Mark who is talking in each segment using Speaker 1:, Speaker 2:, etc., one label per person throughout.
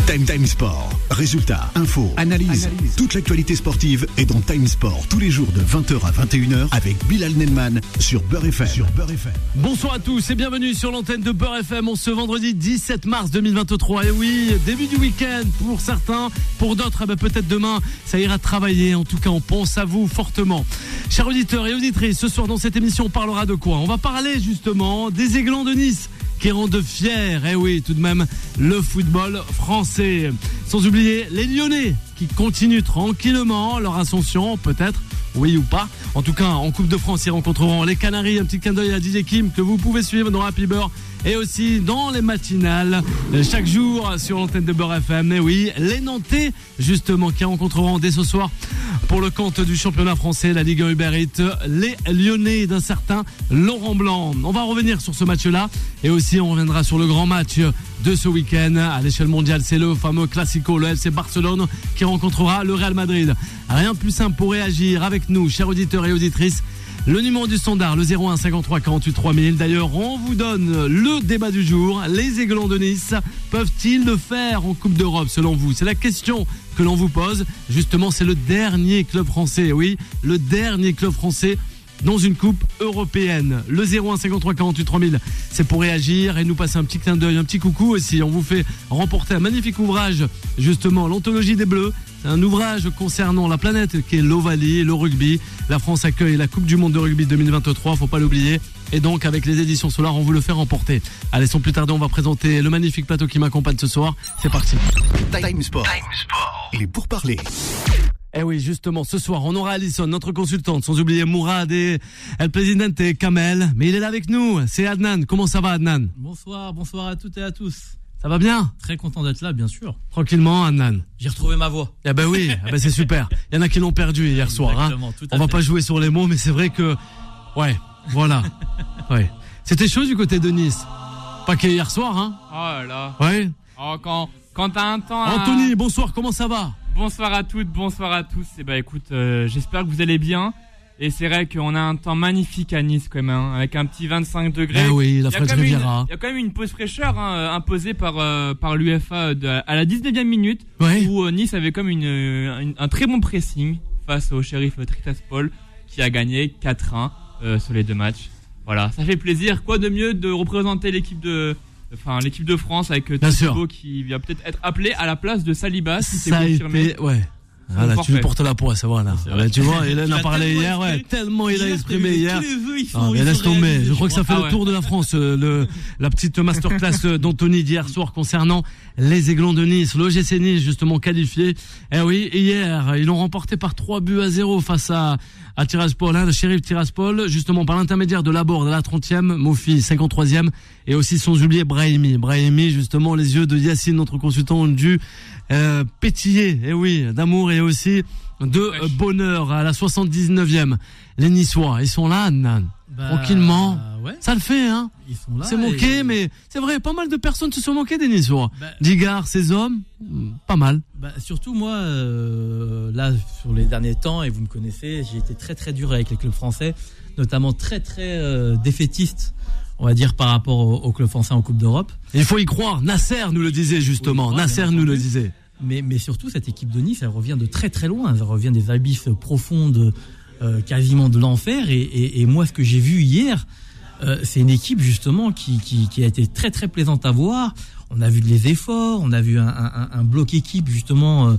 Speaker 1: Time Sport. Résultats, infos, analyse. Toute l'actualité sportive est dans Time Sport tous les jours de 20h à 21h avec Bilal Nenman sur Beurre FM.
Speaker 2: Bonsoir à tous et bienvenue sur l'antenne de Beurre FM en ce vendredi 17 mars 2023. Et oui, début du week-end pour certains, pour d'autres, peut-être demain, ça ira travailler. En tout cas, on pense à vous fortement. Chers auditeurs et auditrices, ce soir dans cette émission, on parlera de quoi ? On va parler justement des Aiglons de Nice qui rendent fiers, tout de même, le football français. Sans oublier les Lyonnais qui continuent tranquillement leur ascension, peut-être, oui ou pas. En tout cas, en Coupe de France, ils rencontreront les Canaries. Un petit clin d'œil à DJ Kim que vous pouvez suivre dans Happy Beurre et aussi dans les matinales chaque jour sur l'antenne de Beurre FM. Et oui, les Nantais, justement, qui rencontreront dès ce soir pour le compte du championnat français, la Ligue 1 Uber Eats, les Lyonnais d'un certain Laurent Blanc. On va revenir sur ce match-là et aussi on reviendra sur le grand match de ce week-end à l'échelle mondiale. C'est le fameux Classico, le FC Barcelone qui rencontrera le Real Madrid. Rien de plus simple pour réagir avec nous, chers auditeurs et auditrices. Le numéro du standard, le 01 53 48 3000. D'ailleurs, on vous donne le débat du jour. Les Aiglons de Nice peuvent-ils le faire en Coupe d'Europe selon vous ? C'est la question que l'on vous pose. Justement, c'est le dernier club français, oui, le dernier club français dans une coupe européenne. Le 01 53 48 3000, c'est pour réagir et nous passer un petit clin d'œil, un petit coucou aussi. On vous fait remporter un magnifique ouvrage, justement, l'Anthologie des Bleus. C'est un ouvrage concernant la planète qui est l'Ovalie, le rugby. La France accueille la Coupe du Monde de rugby 2023, faut pas l'oublier. Et donc, avec les éditions Solar, on vous le fait remporter. Allez, sans plus tarder, on va présenter le magnifique plateau qui m'accompagne ce soir. C'est parti.
Speaker 1: Time Sport. Il est pour parler.
Speaker 2: Eh oui, justement, ce soir, on aura Alison, notre consultante, sans oublier Mourad et El Presidente Kamel. Mais il est là avec nous, c'est Adnan. Comment ça va, Adnan ?
Speaker 3: Bonsoir à toutes et à tous.
Speaker 2: Ça va bien ?
Speaker 3: Très content d'être là, bien sûr.
Speaker 2: Tranquillement, Adnan.
Speaker 3: J'ai retrouvé ma voix.
Speaker 2: Eh ben oui, c'est super. Il y en a qui l'ont perdu hier soir. On va pas jouer sur les mots, mais c'est vrai que... Ouais, voilà. Ouais. C'était chaud du côté de Nice. Pas qu'hier soir, hein ?
Speaker 4: Oh là là.
Speaker 2: Ouais.
Speaker 4: Oh, quand t'as un temps...
Speaker 2: Anthony, bonsoir, comment ça va ?
Speaker 4: Bonsoir à toutes, bonsoir à tous. Et écoute, j'espère que vous allez bien. Et c'est vrai qu'on a un temps magnifique à Nice quand même, avec un petit 25 degrés.
Speaker 2: Ah oui, la fraîche Riviera.
Speaker 4: Il y a quand même une pause fraîcheur imposée par l'UEFA à la 19e minute, où Nice avait comme un très bon pressing face au shérif Tiraspol qui a gagné 4-1 sur les deux matchs. Voilà, ça fait plaisir. Quoi de mieux de représenter l'équipe de France avec Thibaut qui va peut-être être appelé à la place de Saliba si c'est confirmé.
Speaker 2: Voilà, tu lui portes la poisse, voilà. Tu vois, Hélène a parlé hier, tellement il a exprimé hier. Mais laisse tomber. Je crois que ça fait le tour de la France, la petite masterclass d'Anthony d'hier soir concernant les Aiglons de Nice, l'OGC Nice justement qualifié. Eh oui, hier, ils l'ont remporté par 3-0 face à Tiraspol, le shérif Tiraspol, justement par l'intermédiaire de Laborde à la 30e, Mofi 53e, et aussi sans oublier Brahimi, justement, les yeux de Yacine, notre consultant, ont dû pétiller, d'amour et aussi de bonheur à la 79e. Les Niçois, ils sont là, Nan. Tranquillement. Ça le fait, hein.
Speaker 3: Ils sont là.
Speaker 2: C'est moqué, mais c'est vrai, pas mal de personnes se sont moquées des Niçois. Digard, ces hommes, pas mal.
Speaker 3: Surtout moi, là, sur les derniers temps, et vous me connaissez, j'ai été très très dur avec les clubs français, notamment très très défaitiste, on va dire, par rapport au club français en Coupe d'Europe.
Speaker 2: Il faut y croire. Nasser nous le disait justement. Nasser nous le disait.
Speaker 3: Mais surtout, cette équipe de Nice, elle revient de très très loin. Elle revient des abysses profondes, quasiment de l'enfer. Et moi, ce que j'ai vu hier, c'est une équipe justement qui a été très très plaisante à voir. On a vu les efforts, on a vu un bloc équipe justement,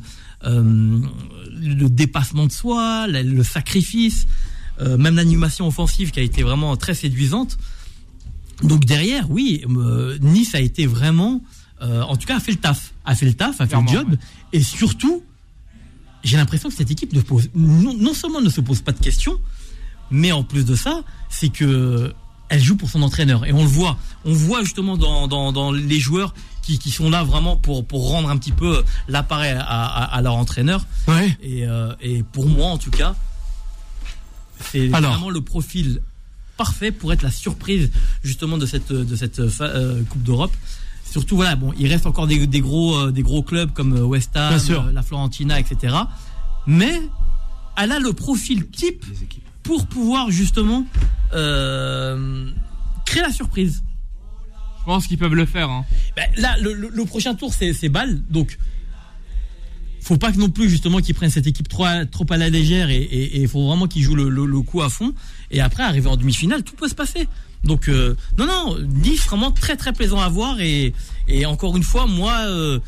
Speaker 3: le dépassement de soi, le sacrifice, même l'animation offensive qui a été vraiment très séduisante. Donc derrière, Nice a été vraiment, en tout cas a fait le taf, a fait le job, et surtout, j'ai l'impression que cette équipe non seulement ne se pose pas de questions, mais en plus de ça, c'est que elle joue pour son entraîneur, et on voit justement dans les joueurs qui sont là vraiment pour rendre un petit peu l'appareil à leur entraîneur. Et pour moi en tout cas, c'est vraiment le profil parfait pour être la surprise justement de cette Coupe d'Europe. Surtout il reste encore des gros clubs comme West Ham, la Fiorentina, etc. Mais elle a le profil type pour pouvoir justement créer la surprise.
Speaker 4: Je pense qu'ils peuvent le faire. Hein.
Speaker 3: Là, le prochain tour, c'est Bâle. Donc, faut pas que non plus, justement, qu'ils prennent cette équipe trop à la légère. Et il faut vraiment qu'ils jouent le coup à fond. Et après, arriver en demi-finale, tout peut se passer. Donc, non, Nice, vraiment très, très plaisant à voir. Et encore une fois, moi,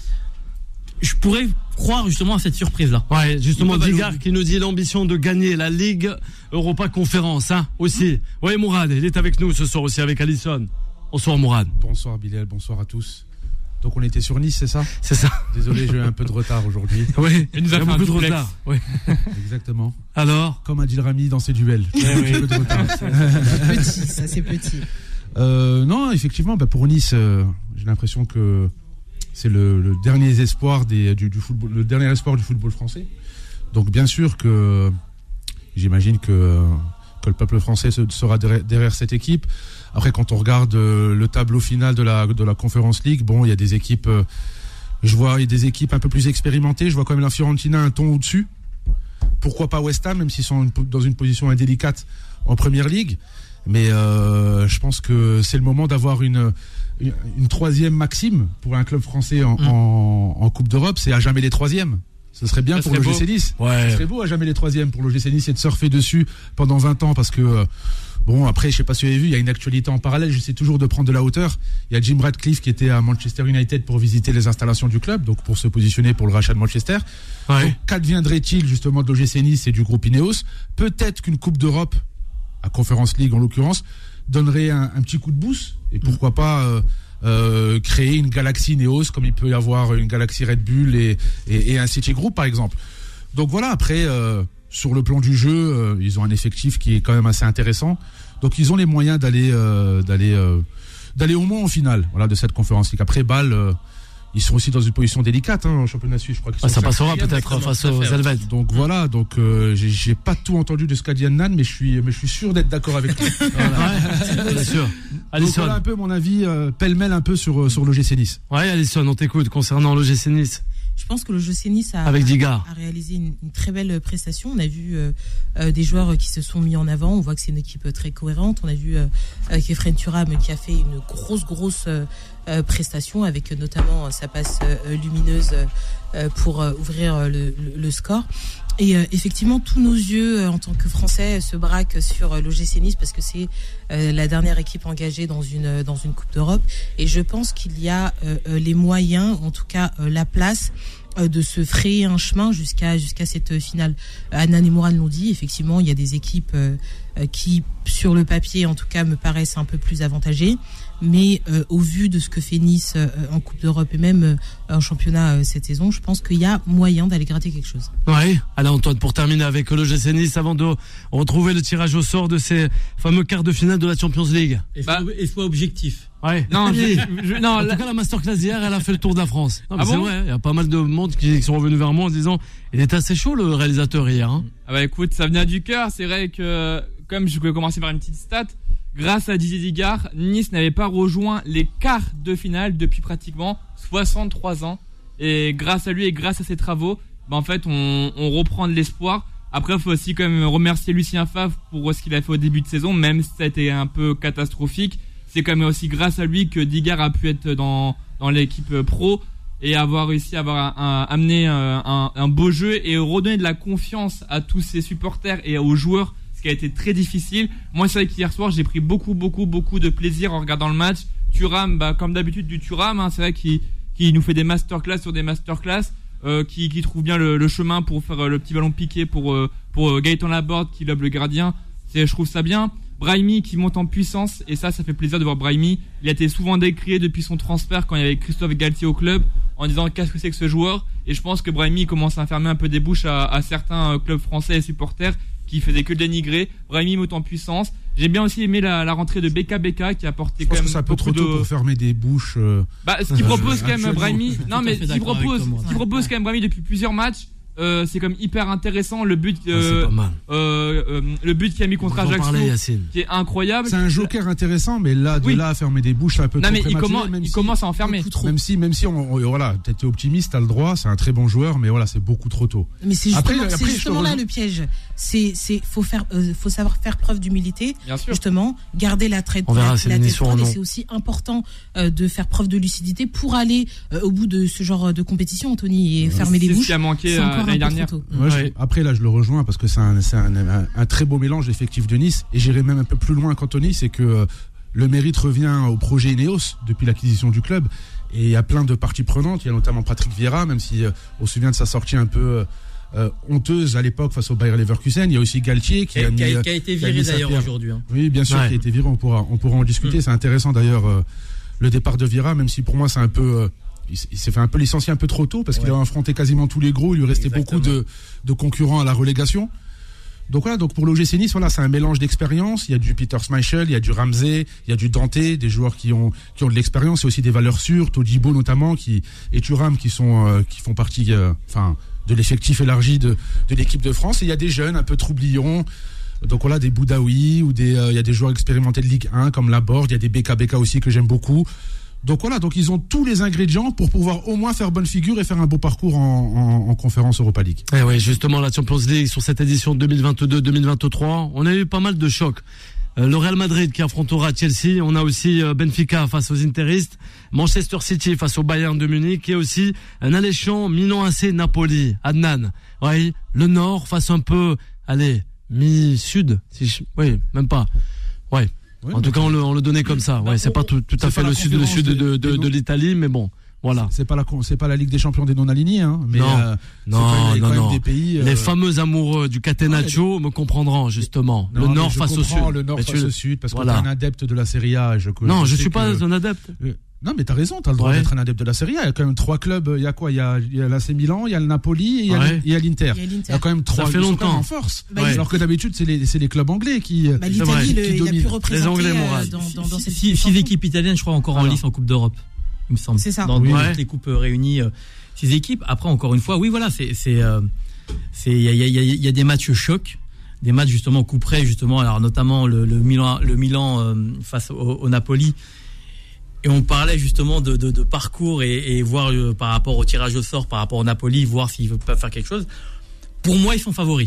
Speaker 3: je pourrais croire justement à cette surprise-là.
Speaker 2: Ouais, justement, Digard qui nous dit l'ambition de gagner la Ligue Europa Conférence, hein, aussi. Oui, Mourad, il est avec nous ce soir aussi avec Alisson. Bonsoir Mourad.
Speaker 5: Bonsoir Bilal, bonsoir à tous. Donc on était sur Nice, c'est ça ?
Speaker 2: C'est ça.
Speaker 5: Désolé, j'ai eu un peu de retard aujourd'hui.
Speaker 2: Oui, il nous a fait beaucoup de retard. Oui.
Speaker 5: Exactement.
Speaker 2: Alors ?
Speaker 5: Comme Adil Rami dans ses duels.
Speaker 2: Oui.
Speaker 5: Un peu de retard.
Speaker 6: Ça c'est petit.
Speaker 5: Non, effectivement, pour Nice, j'ai l'impression que c'est le dernier espoir du football, le dernier espoir du football français. Donc bien sûr que j'imagine que le peuple français sera derrière cette équipe. Après, quand on regarde le tableau final de la Conference League, bon, il y a des équipes, je vois des équipes un peu plus expérimentées. Je vois quand même la Fiorentina un ton au-dessus. Pourquoi pas West Ham, même s'ils sont dans une position indélicate en Première Ligue. Mais je pense que c'est le moment d'avoir une troisième maxime pour un club français en Coupe d'Europe, c'est à jamais les troisièmes. Ce serait bien pour l'OGC Nice.
Speaker 2: Ouais.
Speaker 5: Ce serait beau à jamais les troisièmes pour l'OGC Nice et de surfer dessus pendant 20 ans parce que bon, après, je sais pas si vous avez vu, il y a une actualité en parallèle, j'essaie toujours de prendre de la hauteur. Il y a Jim Ratcliffe qui était à Manchester United pour visiter les installations du club, donc pour se positionner pour le rachat de Manchester.
Speaker 2: Ouais.
Speaker 5: Donc, qu'adviendrait-il justement de l'OGC Nice et du groupe Ineos ? Peut-être qu'une Coupe d'Europe, à Conference League en l'occurrence, donnerait un petit coup de boost et pourquoi pas créer une galaxie Ineos comme il peut y avoir une galaxie Red Bull et un City Group par exemple. Donc voilà, après sur le plan du jeu, ils ont un effectif qui est quand même assez intéressant. Donc ils ont les moyens d'aller au moins en finale, voilà, de cette Conférence League. Après Bâle, ils sont aussi dans une position délicate en championnat suisse, je crois qu'ils sont
Speaker 2: ça passera peut-être face aux Helvètes.
Speaker 5: Donc voilà, donc j'ai pas tout entendu de ce qu'a dit Annan, mais je suis sûr d'être d'accord avec lui.
Speaker 2: Voilà. Bien sûr.
Speaker 5: Donc voilà un peu mon avis pêle-mêle un peu sur l'OGC Nice.
Speaker 2: Ouais, Alisson, on t'écoute concernant l'OGC Nice.
Speaker 6: Je pense que le l'OGC Nice a réalisé une très belle prestation. On a vu des joueurs qui se sont mis en avant. On voit que c'est une équipe très cohérente. On a vu Kefren Thuram qui a fait une grosse prestation avec notamment sa passe lumineuse pour ouvrir le score. Et effectivement, tous nos yeux en tant que Français se braquent sur l'OGC Nice parce que c'est la dernière équipe engagée dans une Coupe d'Europe. Et je pense qu'il y a les moyens, en tout cas la place, de se frayer un chemin jusqu'à cette finale. Annan et Mourad l'ont dit, effectivement, il y a des équipes qui, sur le papier, en tout cas, me paraissent un peu plus avantagées. Mais au vu de ce que fait Nice en Coupe d'Europe et même en championnat cette saison, je pense qu'il y a moyen d'aller gratter quelque chose.
Speaker 2: Oui, allez Antoine, pour terminer avec l'OGC Nice, avant de retrouver le tirage au sort de ces fameux quarts de finale de la Champions League.
Speaker 3: Et soit objectif.
Speaker 2: Ouais.
Speaker 4: Non,
Speaker 2: en tout cas, la masterclass d'hier, elle a fait le tour de la France. Non, mais c'est vrai, il y a pas mal de monde qui sont revenus vers moi en disant, il était assez chaud le réalisateur hier. Hein.
Speaker 4: Ah bah écoute, ça venait du cœur. C'est vrai que, comme je voulais commencer par une petite stat, grâce à Didier Digard, Nice n'avait pas rejoint les quarts de finale depuis pratiquement 63 ans. Et grâce à lui et grâce à ses travaux, en fait, on reprend de l'espoir. Après, il faut aussi quand même remercier Lucien Favre pour ce qu'il a fait au début de saison, même si ça a été un peu catastrophique. C'est quand même aussi grâce à lui que Digard a pu être dans l'équipe pro et avoir réussi à amener un beau jeu et redonner de la confiance à tous ses supporters et aux joueurs, ce qui a été très difficile. Moi, c'est vrai qu'hier soir, j'ai pris beaucoup de plaisir en regardant le match. Thuram, comme d'habitude du Thuram, hein, c'est vrai qu'il nous fait des masterclass sur des masterclass, qui trouve bien le chemin pour faire le petit ballon piqué pour Gaëtan Laborde qui lobe le gardien. Je trouve ça bien. Brahimi qui monte en puissance, et ça fait plaisir de voir Brahimi. Il a été souvent décrié depuis son transfert quand il y avait Christophe Galtier au club en disant qu'est-ce que c'est que ce joueur, et je pense que Brahimi commence à fermer un peu des bouches à certains clubs français et supporters qui faisaient que dénigrer. Brahimi monte en puissance. J'ai bien aussi aimé la rentrée de BK qui a apporté quand même. Je pense que
Speaker 5: c'est un peu trop tôt pour fermer des bouches.
Speaker 4: Ce qu'il propose quand même Brahimi, non mais ce qu'il propose quand même Brahimi depuis plusieurs matchs, c'est comme hyper intéressant. Le but,
Speaker 2: c'est pas mal.
Speaker 4: Le but qu'il a mis contre Ajaccio, qui est incroyable.
Speaker 5: C'est un joker intéressant, mais là, là à fermer des bouches, c'est un peu trop prématuré.
Speaker 4: Il commence à enfermer.
Speaker 5: Même si voilà, peut-être optimiste, t'as le droit, c'est un très bon joueur, mais voilà, c'est beaucoup trop tôt.
Speaker 6: Mais c'est justement là le piège. Faut savoir faire preuve d'humilité, justement, garder la tête froide, et c'est aussi important de faire preuve de lucidité pour aller au bout de ce genre de compétition, Anthony, et fermer les bouches.
Speaker 4: C'est ce qui a manqué l'année dernière.
Speaker 5: Après, là, je le rejoins parce que c'est un très beau mélange d'effectifs de Nice, et j'irai même un peu plus loin qu'Anthony, c'est que le mérite revient au projet Ineos depuis l'acquisition du club, et il y a plein de parties prenantes. Il y a notamment Patrick Vieira, même si on se souvient de sa sortie un peu honteuse à l'époque face au Bayer Leverkusen. Il y a aussi Galtier qui a
Speaker 3: été viré d'ailleurs aujourd'hui.
Speaker 5: Oui, bien sûr, qui a été viré. On pourra en discuter. C'est intéressant d'ailleurs le départ de Vieira, même si pour moi c'est un peu il s'est fait un peu licencier un peu trop tôt parce qu'il a affronté quasiment tous les gros. Il lui restait beaucoup de concurrents à la relégation. Donc voilà, donc pour l'OGC Nice, voilà, c'est un mélange d'expérience. Il y a du Peter Schmeichel, il y a du Ramsey, il y a du Dante, des joueurs qui ont de l'expérience. Il y a aussi des valeurs sûres, Todibo notamment, et Thuram qui font partie de l'effectif élargi de l'équipe de France. Et il y a des jeunes un peu troublions. Donc voilà, des Boudaoui, ou il y a des joueurs expérimentés de Ligue 1 comme Laborde, il y a des BK aussi que j'aime beaucoup. Donc voilà, donc ils ont tous les ingrédients pour pouvoir au moins faire bonne figure et faire un beau parcours en conférence Europa League.
Speaker 2: Et oui, justement, la Champions League sur cette édition 2022-2023, on a eu pas mal de chocs. Le Real Madrid qui affrontera Chelsea, on a aussi Benfica face aux Interistes, Manchester City face au Bayern de Munich, et aussi un alléchant Milan AC Napoli. Adnan, oui, le Nord face un peu, mi-sud, oui, même pas, ouais. Oui, en tout cas, on le donnait comme ça. Ouais, c'est pas tout à fait le sud de l'Italie, mais bon, voilà.
Speaker 5: C'est pas la Ligue des Champions des non-alignés, hein. Mais
Speaker 2: non.
Speaker 5: Des pays,
Speaker 2: les fameux amoureux du Catenaccio me comprendront justement. Le Nord face au Sud.
Speaker 5: Le Nord face au Sud, parce que t'es un adepte de la Serie A.
Speaker 2: Je suis pas un adepte.
Speaker 5: Non, mais t'as raison, t'as le droit d'être un adepte de la Serie A. Il y a quand même 3 clubs. Il y a quoi? Il y a l'AC Milan, il y a le Napoli, et il y a l'Inter. Il y a quand même 3
Speaker 2: clubs en
Speaker 5: force. Alors que d'habitude, c'est les clubs anglais qui
Speaker 6: l'Italie, il a pu représenter
Speaker 2: les Anglais,
Speaker 6: dans cette
Speaker 3: 6 équipes italiennes, je crois, encore en lice en Coupe d'Europe, il me semble.
Speaker 6: C'est ça.
Speaker 3: Dans toutes les coupes réunies, 6 équipes. Après, encore une fois, oui, voilà, il y a des matchs chocs. Des matchs justement coup près, justement, alors notamment le Milan face au Napoli. Et on parlait justement de parcours et voir par rapport au tirage au sort, par rapport au Napoli, voir s'ils peuvent faire quelque chose. Pour moi, ils sont favoris.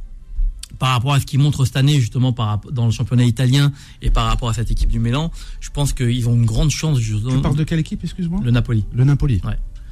Speaker 3: Par rapport à ce qu'ils montrent cette année, justement, dans le championnat italien, et par rapport à cette équipe du Milan, je pense qu'ils ont une grande chance. Justement.
Speaker 5: Tu parles de quelle équipe, excuse-moi?
Speaker 3: Le Napoli.
Speaker 5: Le Napoli.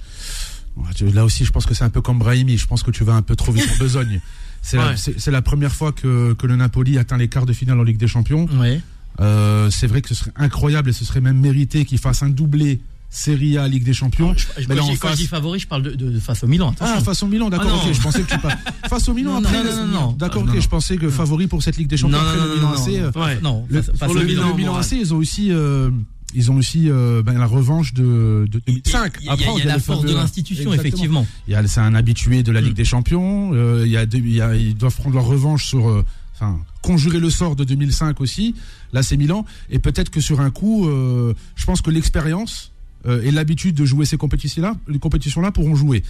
Speaker 3: Ouais.
Speaker 5: Là aussi, je pense que c'est un peu comme Brahimi. Je pense que tu vas un peu trop vite en besogne. C'est la première fois que le Napoli atteint les quarts de finale en Ligue des Champions.
Speaker 3: Ouais.
Speaker 5: C'est vrai que ce serait incroyable et ce serait même mérité qu'il fasse un doublé Serie A Ligue des Champions.
Speaker 3: Quand je dis favori, je parle de face au Milan. Attention.
Speaker 5: Ah, face au Milan, d'accord. Ok, je pensais que tu parles face au Milan.
Speaker 3: Non.
Speaker 5: D'accord, ok. Je pensais que favori pour cette Ligue des Champions après le Milan AC.
Speaker 3: Non, face
Speaker 5: au Milan AC, ils ont aussi la revanche de 2005.
Speaker 3: Il y a la force de l'institution, effectivement.
Speaker 5: C'est un habitué de la Ligue des Champions. Ils doivent prendre leur revanche sur. Conjurer le sort de 2005 aussi. Là, c'est Milan. Et peut-être que sur un coup, je pense que l'expérience et l'habitude de jouer ces compétitions-là pourront jouer.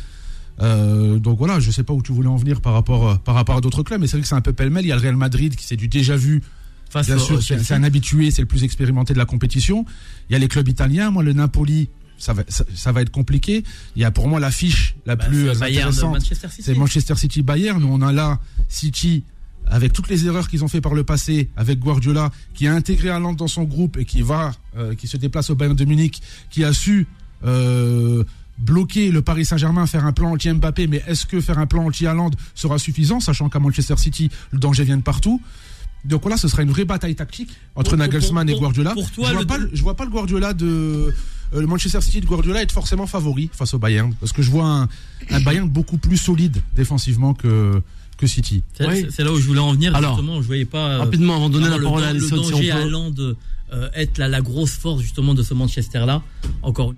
Speaker 5: Donc voilà, je sais pas où tu voulais en venir par rapport à d'autres clubs, mais c'est vrai que c'est un peu pêle-mêle. Il y a le Real Madrid qui c'est du déjà vu. Bien sûr, c'est un habitué, c'est le plus expérimenté de la compétition. Il y a les clubs italiens. Moi, le Napoli, ça va être compliqué. Il y a pour moi l'affiche la plus intéressante. C'est Manchester City Bayern. Nous, on a là City avec toutes les erreurs qu'ils ont fait par le passé, avec Guardiola qui a intégré Haaland dans son groupe et qui se déplace au Bayern de Munich, qui a su bloquer le Paris Saint-Germain, faire un plan anti-Mbappé, mais est-ce que faire un plan anti-Haaland sera suffisant, sachant qu'à Manchester City, le danger vient de partout? Donc voilà, ce sera une vraie bataille tactique entre Nagelsmann et Guardiola.
Speaker 3: Pour toi,
Speaker 5: je vois pas le Guardiola le Manchester City de Guardiola être forcément favori face au Bayern, parce que je vois un Bayern beaucoup plus solide défensivement que City.
Speaker 3: C'est là où je voulais en venir. Alors, justement, je voyais pas
Speaker 2: rapidement avant de donner la parole à Alisson.
Speaker 3: Le danger à Haaland être la grosse force justement de ce Manchester-là. Encore,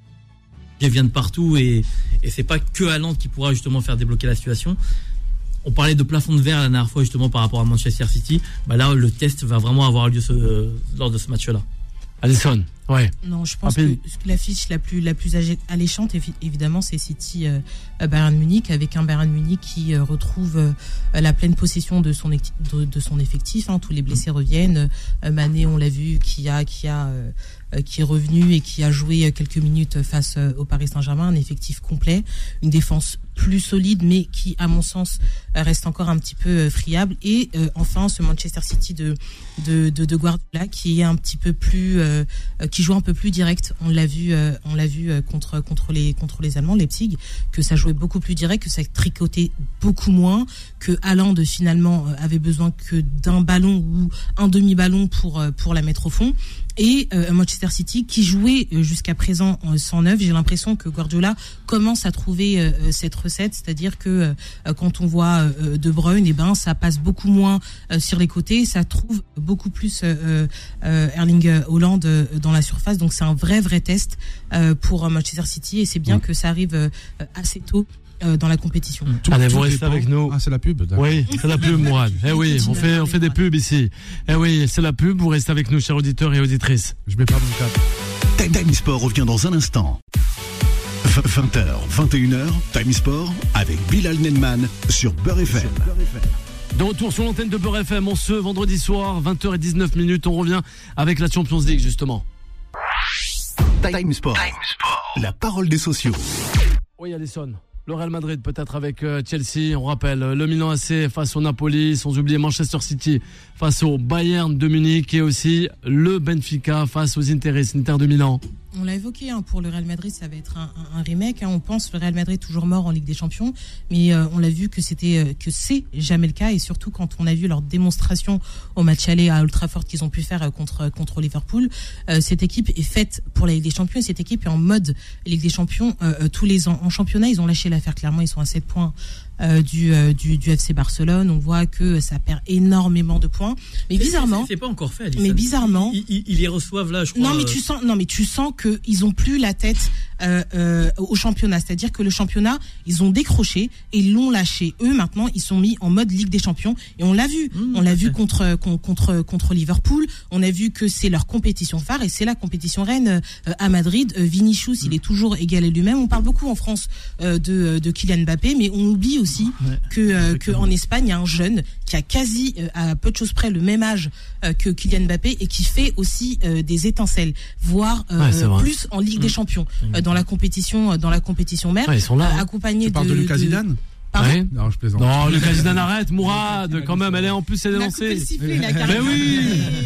Speaker 3: il vient de partout et c'est pas que Haaland qui pourra justement faire débloquer la situation. On parlait de plafond de verre la dernière fois justement par rapport à Manchester City. Là, le test va vraiment avoir lieu lors de ce match-là.
Speaker 2: Alisson. Ouais.
Speaker 6: Non, je pense que l'affiche la plus alléchante, évidemment, c'est City Bayern Munich, avec un Bayern Munich qui retrouve la pleine possession de son effectif. Tous les blessés reviennent. Mané, on l'a vu, qui est revenu et qui a joué quelques minutes face au Paris Saint-Germain, un effectif complet, une défense plus solide, mais qui, à mon sens, reste encore un petit peu friable. Et enfin, ce Manchester City de Guardiola, qui est un petit peu plus, qui joue un peu plus direct. On l'a vu contre les Allemands, Leipzig, que ça jouait beaucoup plus direct, que ça tricotait beaucoup moins, que Haaland finalement avait besoin que d'un ballon ou un demi-ballon pour la mettre au fond. Et Manchester City qui jouait jusqu'à présent sans neuf, j'ai l'impression que Guardiola commence à trouver cette recette, c'est-à-dire que quand on voit De Bruyne, ça passe beaucoup moins sur les côtés, ça trouve beaucoup plus Erling Haaland dans la surface, donc c'est un vrai test pour Manchester City, et c'est bien que ça arrive assez tôt dans la compétition.
Speaker 2: Allez, vous restez avec nous.
Speaker 5: Ah, c'est la pub, d'accord.
Speaker 2: Oui, c'est la pub, Mourad. Oui, on fait des pubs ici. Oui, c'est la pub, vous restez avec nous, chers auditeurs et auditrices.
Speaker 5: Je mets pas mon câble.
Speaker 1: Time Sport revient dans un instant. 20h, 21h, Time Sport avec Bilal Nenman sur Beurre FM.
Speaker 2: De retour sur l'antenne de Beurre FM, ce vendredi soir, 20h19, on revient avec la Champions League, justement.
Speaker 1: Time Sport, la parole des sociaux.
Speaker 2: Oui, Alisson. Le Real Madrid peut-être avec Chelsea, on rappelle le Milan AC face au Napoli, sans oublier Manchester City face au Bayern de Munich, et aussi le Benfica face aux Inter de Milan.
Speaker 6: On l'a évoqué, pour le Real Madrid, ça va être un remake. On pense le Real Madrid toujours mort en Ligue des Champions, mais on l'a vu que c'est jamais le cas, et surtout quand on a vu leur démonstration au match aller à Old Trafford qu'ils ont pu faire contre Liverpool. Cette équipe est faite pour la Ligue des Champions, et cette équipe est en mode Ligue des Champions tous les ans. En championnat, ils ont lâché l'affaire, clairement, ils sont à 7 points du FC Barcelone. On voit que ça perd énormément de points, mais bizarrement,
Speaker 3: c'est pas encore fait, Alisson.
Speaker 6: Mais bizarrement,
Speaker 3: ils les reçoivent là, je crois.
Speaker 6: Non, mais tu sens que ils ont plus la tête au championnat, c'est-à-dire que le championnat, ils ont décroché et ils l'ont lâché. Eux, maintenant, ils sont mis en mode Ligue des Champions, et on l'a vu. On l'a vu contre Liverpool. On a vu que c'est leur compétition phare, et c'est la compétition reine à Madrid. Vinicius, il est toujours égal à lui-même. On parle beaucoup en France de Kylian Mbappé, mais on oublie aussi que en Espagne, il y a un jeune qui a quasi à peu de choses près le même âge que Kylian Mbappé, et qui fait aussi des étincelles, voire plus en Ligue des Champions, dans la compétition mère,
Speaker 2: ils sont là,
Speaker 6: accompagné
Speaker 5: de Lucas Zidane.
Speaker 2: Ouais.
Speaker 5: Non, je plaisante.
Speaker 2: Non, Lucas Zidane, arrête, Mourad, quand même, elle est en plus, elle est lancée.
Speaker 6: Mais
Speaker 2: oui.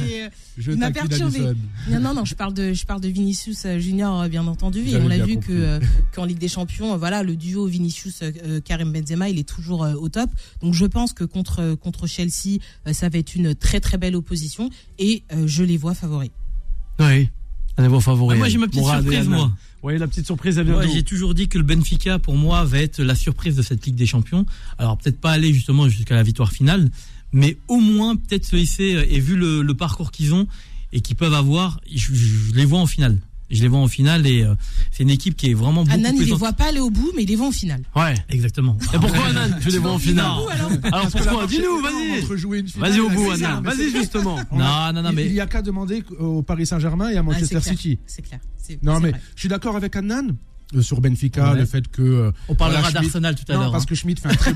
Speaker 6: Il m'a perturbé. Non, je parle de Vinicius Junior, bien entendu, et on l'a vu qu'en Ligue des Champions, le duo Vinicius Karim Benzema, il est toujours au top. Donc je pense que contre Chelsea, ça va être une très très belle opposition, et je les vois favoris.
Speaker 2: Oui. Allez, vos favoris.
Speaker 3: Moi, j'ai ma petite surprise, moi.
Speaker 2: Oui, la petite surprise, elle vient d'où ?
Speaker 3: J'ai toujours dit que le Benfica, pour moi, va être la surprise de cette Ligue des Champions. Alors, peut-être pas aller justement jusqu'à la victoire finale, mais au moins, peut-être se hisser, et vu le parcours qu'ils ont et qu'ils peuvent avoir, je les vois en finale. Je les vois en finale, et c'est une équipe qui est vraiment beaucoup
Speaker 6: Annan,
Speaker 3: plus...
Speaker 6: il les voit pas aller au bout, mais il les voit en finale.
Speaker 2: Ouais,
Speaker 3: exactement.
Speaker 2: Et pourquoi Annan, tu les vois en finale ? Alors pourquoi ? Dis-nous, vas-y. Vas-y au bout, Annan. Vas-y, justement.
Speaker 3: Non, mais...
Speaker 5: Il n'y a qu'à demander au Paris Saint-Germain et à Manchester City.
Speaker 6: C'est clair.
Speaker 5: Non, mais je suis d'accord avec Annan sur Benfica, le fait que...
Speaker 3: on parlera d'Arsenal tout à l'heure.
Speaker 5: Non, parce que Schmitt fait un très...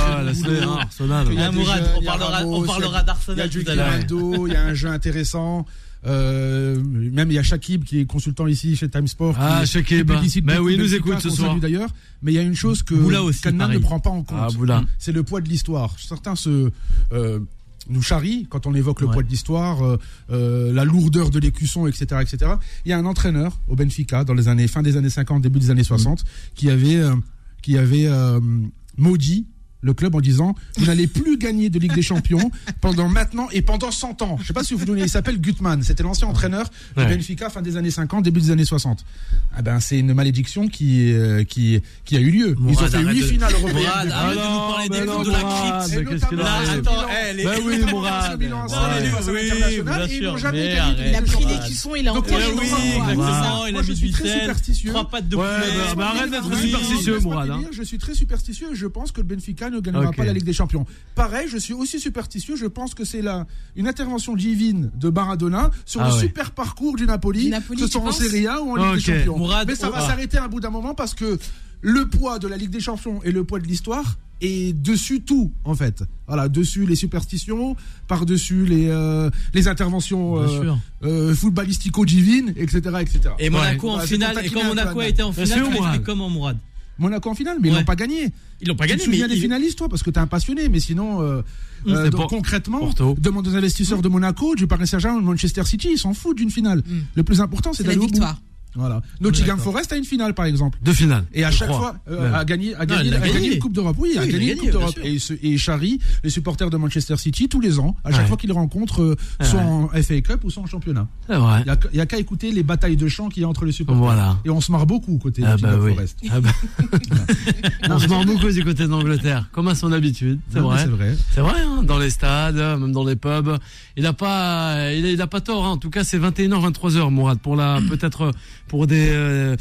Speaker 2: Arsenal.
Speaker 3: Mourad, on parlera d'Arsenal tout à l'heure.
Speaker 5: Il y a un jeu intéressant. Même il y a Shakib qui est consultant ici chez Time Sport.
Speaker 2: Ah, Shakib. Mais oui, il nous écoute ce soir.
Speaker 5: D'ailleurs, mais il y a une chose que Kannan ne prend pas en compte. C'est le poids de l'histoire. Certains nous charrient quand on évoque le poids de l'histoire, la lourdeur de l'écusson, etc., etc. Il y a un entraîneur au Benfica dans les fin des années 50, début des années 60, qui avait maudit le club en disant vous n'allez plus gagner de Ligue des Champions pendant 100 ans. Je ne sais pas si vous vous souvenez, il s'appelle Gutmann, c'était l'ancien entraîneur de Benfica fin des années 50, début des années 60. C'est une malédiction qui a eu lieu. Ils ont fait 8 finales européennes.
Speaker 3: Mourad, arrête de nous parler des noms de la crypte.
Speaker 2: Qu'est-ce qu'il a ?
Speaker 3: Attends,
Speaker 2: oui, Mourad.
Speaker 3: Oui, bien sûr.
Speaker 6: Il a pris l'écusson, il a enterré.
Speaker 3: Oui, exactement. Il a mis du sel, 3 pattes de poulet.
Speaker 2: Arrête d'être superstitieux, Mourad.
Speaker 5: Je suis très superstitieux, et je pense que le Benfica Benfica ne gagnera pas la Ligue des Champions. Pareil, je suis aussi superstitieux. Je pense que c'est une intervention divine de Maradona sur le super parcours du Napoli, que ce soit en Serie A ou en Ligue des Champions. Mais ça va s'arrêter à un bout d'un moment parce que le poids de la Ligue des Champions et le poids de l'histoire est dessus tout, en fait. Voilà, dessus les superstitions, par-dessus les interventions footballistico-divines, etc., etc.
Speaker 3: Et Monaco en finale, et quand Monaco a été en finale, tu expliques comment, Mourad?
Speaker 5: Monaco en finale, mais ils l'ont pas gagné.
Speaker 3: Ils l'ont pas gagné.
Speaker 5: Tu te souviens des finalistes, toi, parce que t'es un passionné, mais sinon, concrètement, demande aux investisseurs de Monaco, du Paris Saint-Germain, de Manchester City, ils s'en foutent d'une finale. Le plus important, c'est d'aller au bout. Voilà. Nottingham Forest a une finale, par exemple.
Speaker 2: Deux finales.
Speaker 5: Et à chaque fois, a gagné une Coupe d'Europe. Oui, a gagné une Coupe d'Europe. Et charrie les supporters de Manchester City tous les ans, à chaque fois qu'ils rencontrent, soit en FA Cup ou soit en championnat.
Speaker 2: C'est vrai.
Speaker 5: Il y a qu'à écouter les batailles de chants qu'il y a entre les supporters.
Speaker 2: Voilà.
Speaker 5: Et on se marre beaucoup côté Nottingham Forest.
Speaker 2: On se marre beaucoup du côté d'Angleterre, comme à son habitude. C'est vrai. C'est vrai, hein, dans les stades, même dans les pubs. Il a pas tort, hein. En tout cas, c'est 21h, 23h, Mourad, peut-être pour des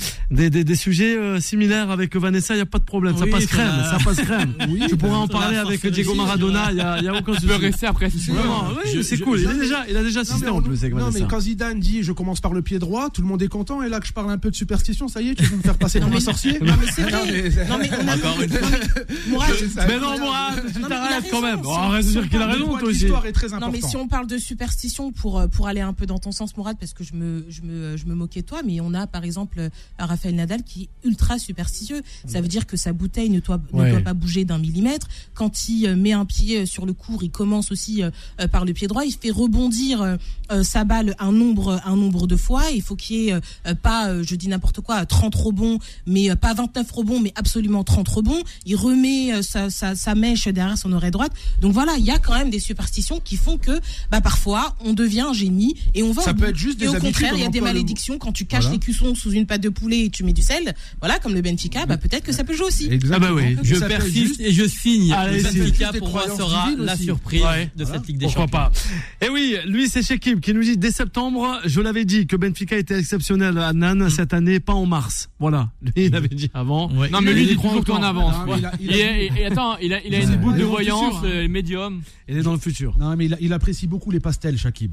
Speaker 2: sujets similaires avec Vanessa, il n'y a pas de problème. Ça passe crème. Oui, tu pourras en parler avec Diego Maradona, il y a aucun souci.
Speaker 4: Tu peux rester après.
Speaker 2: C'est cool. Il a déjà assisté en plus avec Vanessa.
Speaker 5: Non, mais quand Zidane dit je commence par le pied droit, tout le monde est content. Et là que je parle un peu de superstition, ça y est, tu veux me faire passer pour un sorcier?
Speaker 6: Non, mais c'est vrai. Non, mais encore une fois.
Speaker 2: Mais non, Mourad, tu t'arrêtes quand même. Arrête de dire qu'il a raison, toi aussi.
Speaker 5: L'histoire est très importante.
Speaker 6: Non, mais si on parle de superstition, pour aller un peu dans ton sens, Mourad, parce que je me moquais de toi, mais on a par exemple Rafael Nadal qui est ultra superstitieux. Ça veut dire que sa bouteille ne doit pas bouger d'un millimètre. Quand il met un pied sur le court, il commence aussi par le pied droit. Il fait rebondir sa balle un nombre de fois. Il faut qu'il y ait pas, je dis n'importe quoi, 30 rebonds, mais pas 29 rebonds, mais absolument 30 rebonds. Il remet sa mèche derrière son oreille droite. Donc voilà, il y a quand même des superstitions qui font que parfois on devient un génie et on va
Speaker 5: ça peut être juste
Speaker 6: et au contraire, il y a des malédictions quand tu caches les cuissons sous une pâte de poulet et tu mets du sel, voilà, comme le Benfica, peut-être que ça peut jouer aussi.
Speaker 5: Exactement.
Speaker 3: Je persiste et je signe. Le Benfica pour moi sera la surprise de cette Ligue des Champions.
Speaker 2: Pourquoi pas. Et oui, lui c'est Shekib qui nous dit dès septembre, je l'avais dit que Benfica était exceptionnel à Nan cette année, pas en mars. Voilà, lui il avait dit avant.
Speaker 4: Non mais lui il est toujours en avance. Et attends, il a une boule de voyance médium.
Speaker 2: Il est dans le futur.
Speaker 5: Non mais il apprécie beaucoup les pastels, Shakib.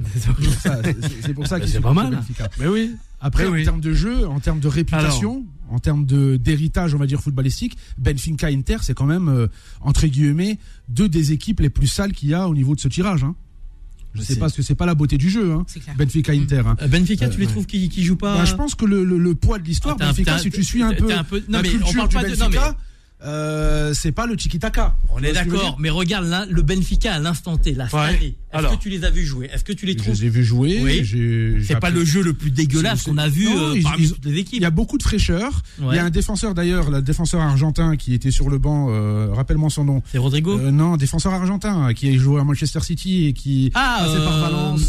Speaker 5: C'est pour ça qu'il
Speaker 2: c'est pas mal. Mais oui.
Speaker 5: Après, en termes de jeu, en termes de réputation, en termes d'héritage, on va dire footballistique, Benfica Inter, c'est quand même entre guillemets deux des équipes les plus sales qu'il y a au niveau de ce tirage. Hein. Je sais pas parce que c'est pas la beauté du jeu, hein. Benfica Inter. Hein.
Speaker 3: Benfica, tu les trouves qui jouent pas?
Speaker 5: Je pense que le poids de l'histoire, Benfica, si tu suis un peu
Speaker 3: non mais on parle pas de
Speaker 5: Benfica, c'est pas le tiki-taka.
Speaker 3: On est d'accord, mais regarde là, le Benfica à l'instant T, là, cette année. Est-ce que tu les as vus jouer? Est-ce que tu les trouves?
Speaker 5: Je les ai vus jouer.
Speaker 3: Oui. C'est pas le jeu le plus dégueulasse qu'on a vu parmi toutes les équipes.
Speaker 5: Il y a beaucoup de fraîcheur. Il y a un défenseur d'ailleurs, le défenseur argentin qui était sur le banc. Rappelle-moi son nom.
Speaker 3: C'est Rodrigo?
Speaker 5: Non, défenseur argentin qui a joué à Manchester City et qui passé par Valence,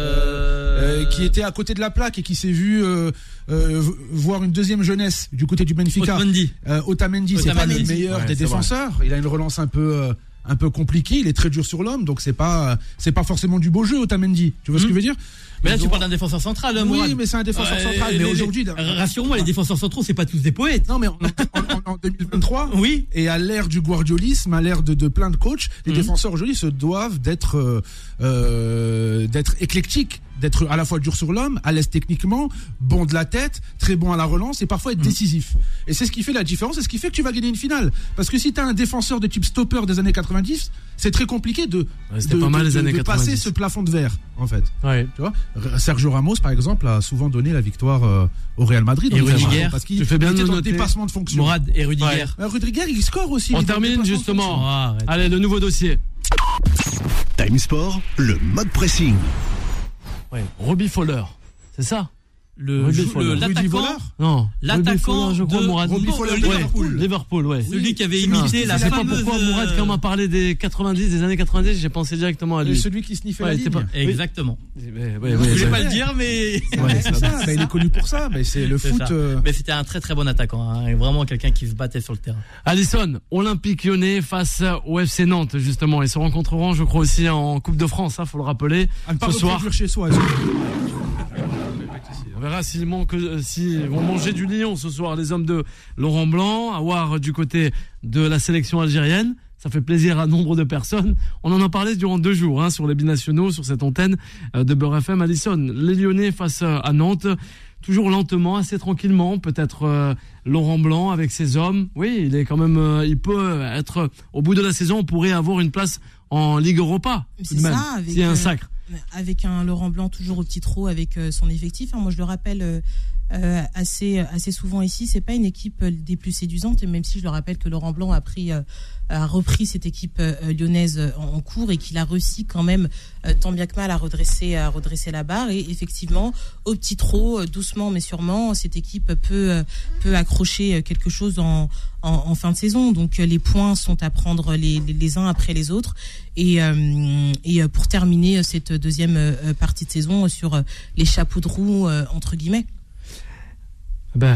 Speaker 5: qui était à côté de la plaque et qui s'est vu voir une deuxième jeunesse du côté du Benfica. Otamendi, c'est pas le meilleur des défenseurs. Il a une relance un peu compliqué, il est très dur sur l'homme, donc c'est pas forcément du beau jeu Otamendi. Tu vois ce que je veux dire?
Speaker 3: Mais là tu parles d'un défenseur central, Mourad.
Speaker 5: Oui, mais c'est un défenseur central. Mais aujourd'hui,
Speaker 3: rassure-moi, les défenseurs centraux, c'est pas tous des poètes.
Speaker 5: Non, mais en 2023, oui, et à l'ère du guardiolisme, à l'ère de plein de coachs, les défenseurs aujourd'hui se doivent d'être éclectiques, d'être à la fois dur sur l'homme, à l'aise techniquement, bon de la tête, très bon à la relance et parfois être décisif. Et c'est ce qui fait la différence, c'est ce qui fait que tu vas gagner une finale. Parce que si tu as un défenseur de type stopper des années 90, c'est très compliqué de passer ce plafond de verre, en fait.
Speaker 2: Ouais.
Speaker 5: Tu vois, Sergio Ramos, par exemple, a souvent donné la victoire au Real Madrid.
Speaker 3: Et Rudiger,
Speaker 5: parce qu'il était dans le dépassement de fonction.
Speaker 3: Mourad et Rudiger.
Speaker 5: Rudiger, il score aussi.
Speaker 2: On termine justement. Allez, le nouveau dossier.
Speaker 1: Time Sport, le mode pressing.
Speaker 2: Robbie Fowler, c'est ça?
Speaker 3: L'attaquant?
Speaker 2: Non.
Speaker 3: L'attaquant,
Speaker 2: je crois, Mourad.
Speaker 3: Liverpool, Celui qui avait imité la fameuse...
Speaker 2: Je sais pas pourquoi Mourad, quand m'a parlé des années 90, j'ai pensé directement à lui.
Speaker 5: Celui qui sniffait la ligne.
Speaker 3: Exactement.
Speaker 2: Je
Speaker 3: voulais pas le dire, mais...
Speaker 5: c'est ça. Il est connu pour ça, mais c'est le foot...
Speaker 3: Mais c'était un très très bon attaquant, et vraiment quelqu'un qui se battait sur le terrain.
Speaker 2: Alisson, Olympique Lyonnais face au FC Nantes, justement. Ils se rencontreront, je crois, aussi en Coupe de France, faut le rappeler, ce soir.
Speaker 5: Chez soi.
Speaker 2: On verra s'ils vont manger du lion ce soir, les hommes de Laurent Blanc, à voir du côté de la sélection algérienne. Ça fait plaisir à nombre de personnes. On en a parlé durant 2 jours sur les binationaux, sur cette antenne de Beurre FM. Alison, les Lyonnais face à Nantes, toujours lentement, assez tranquillement. Peut-être Laurent Blanc avec ses hommes. Oui, il est quand même, il peut être, au bout de la saison, on pourrait avoir une place en Ligue Europa.
Speaker 6: C'est ça, avec,
Speaker 2: s'il y a un sacre.
Speaker 6: Avec un Laurent Blanc toujours au petit trot avec son effectif. Moi, je le rappelle assez souvent ici, c'est pas une équipe des plus séduisantes. Et même si je le rappelle que Laurent Blanc a repris cette équipe lyonnaise en cours et qu'il a réussi quand même tant bien que mal à redresser la barre. Et effectivement, au petit trot, doucement mais sûrement, cette équipe peut accrocher quelque chose en fin de saison. Donc les points sont à prendre les uns après les autres. Et pour terminer cette deuxième partie de saison sur les chapeaux de roue entre guillemets.
Speaker 3: Ouais,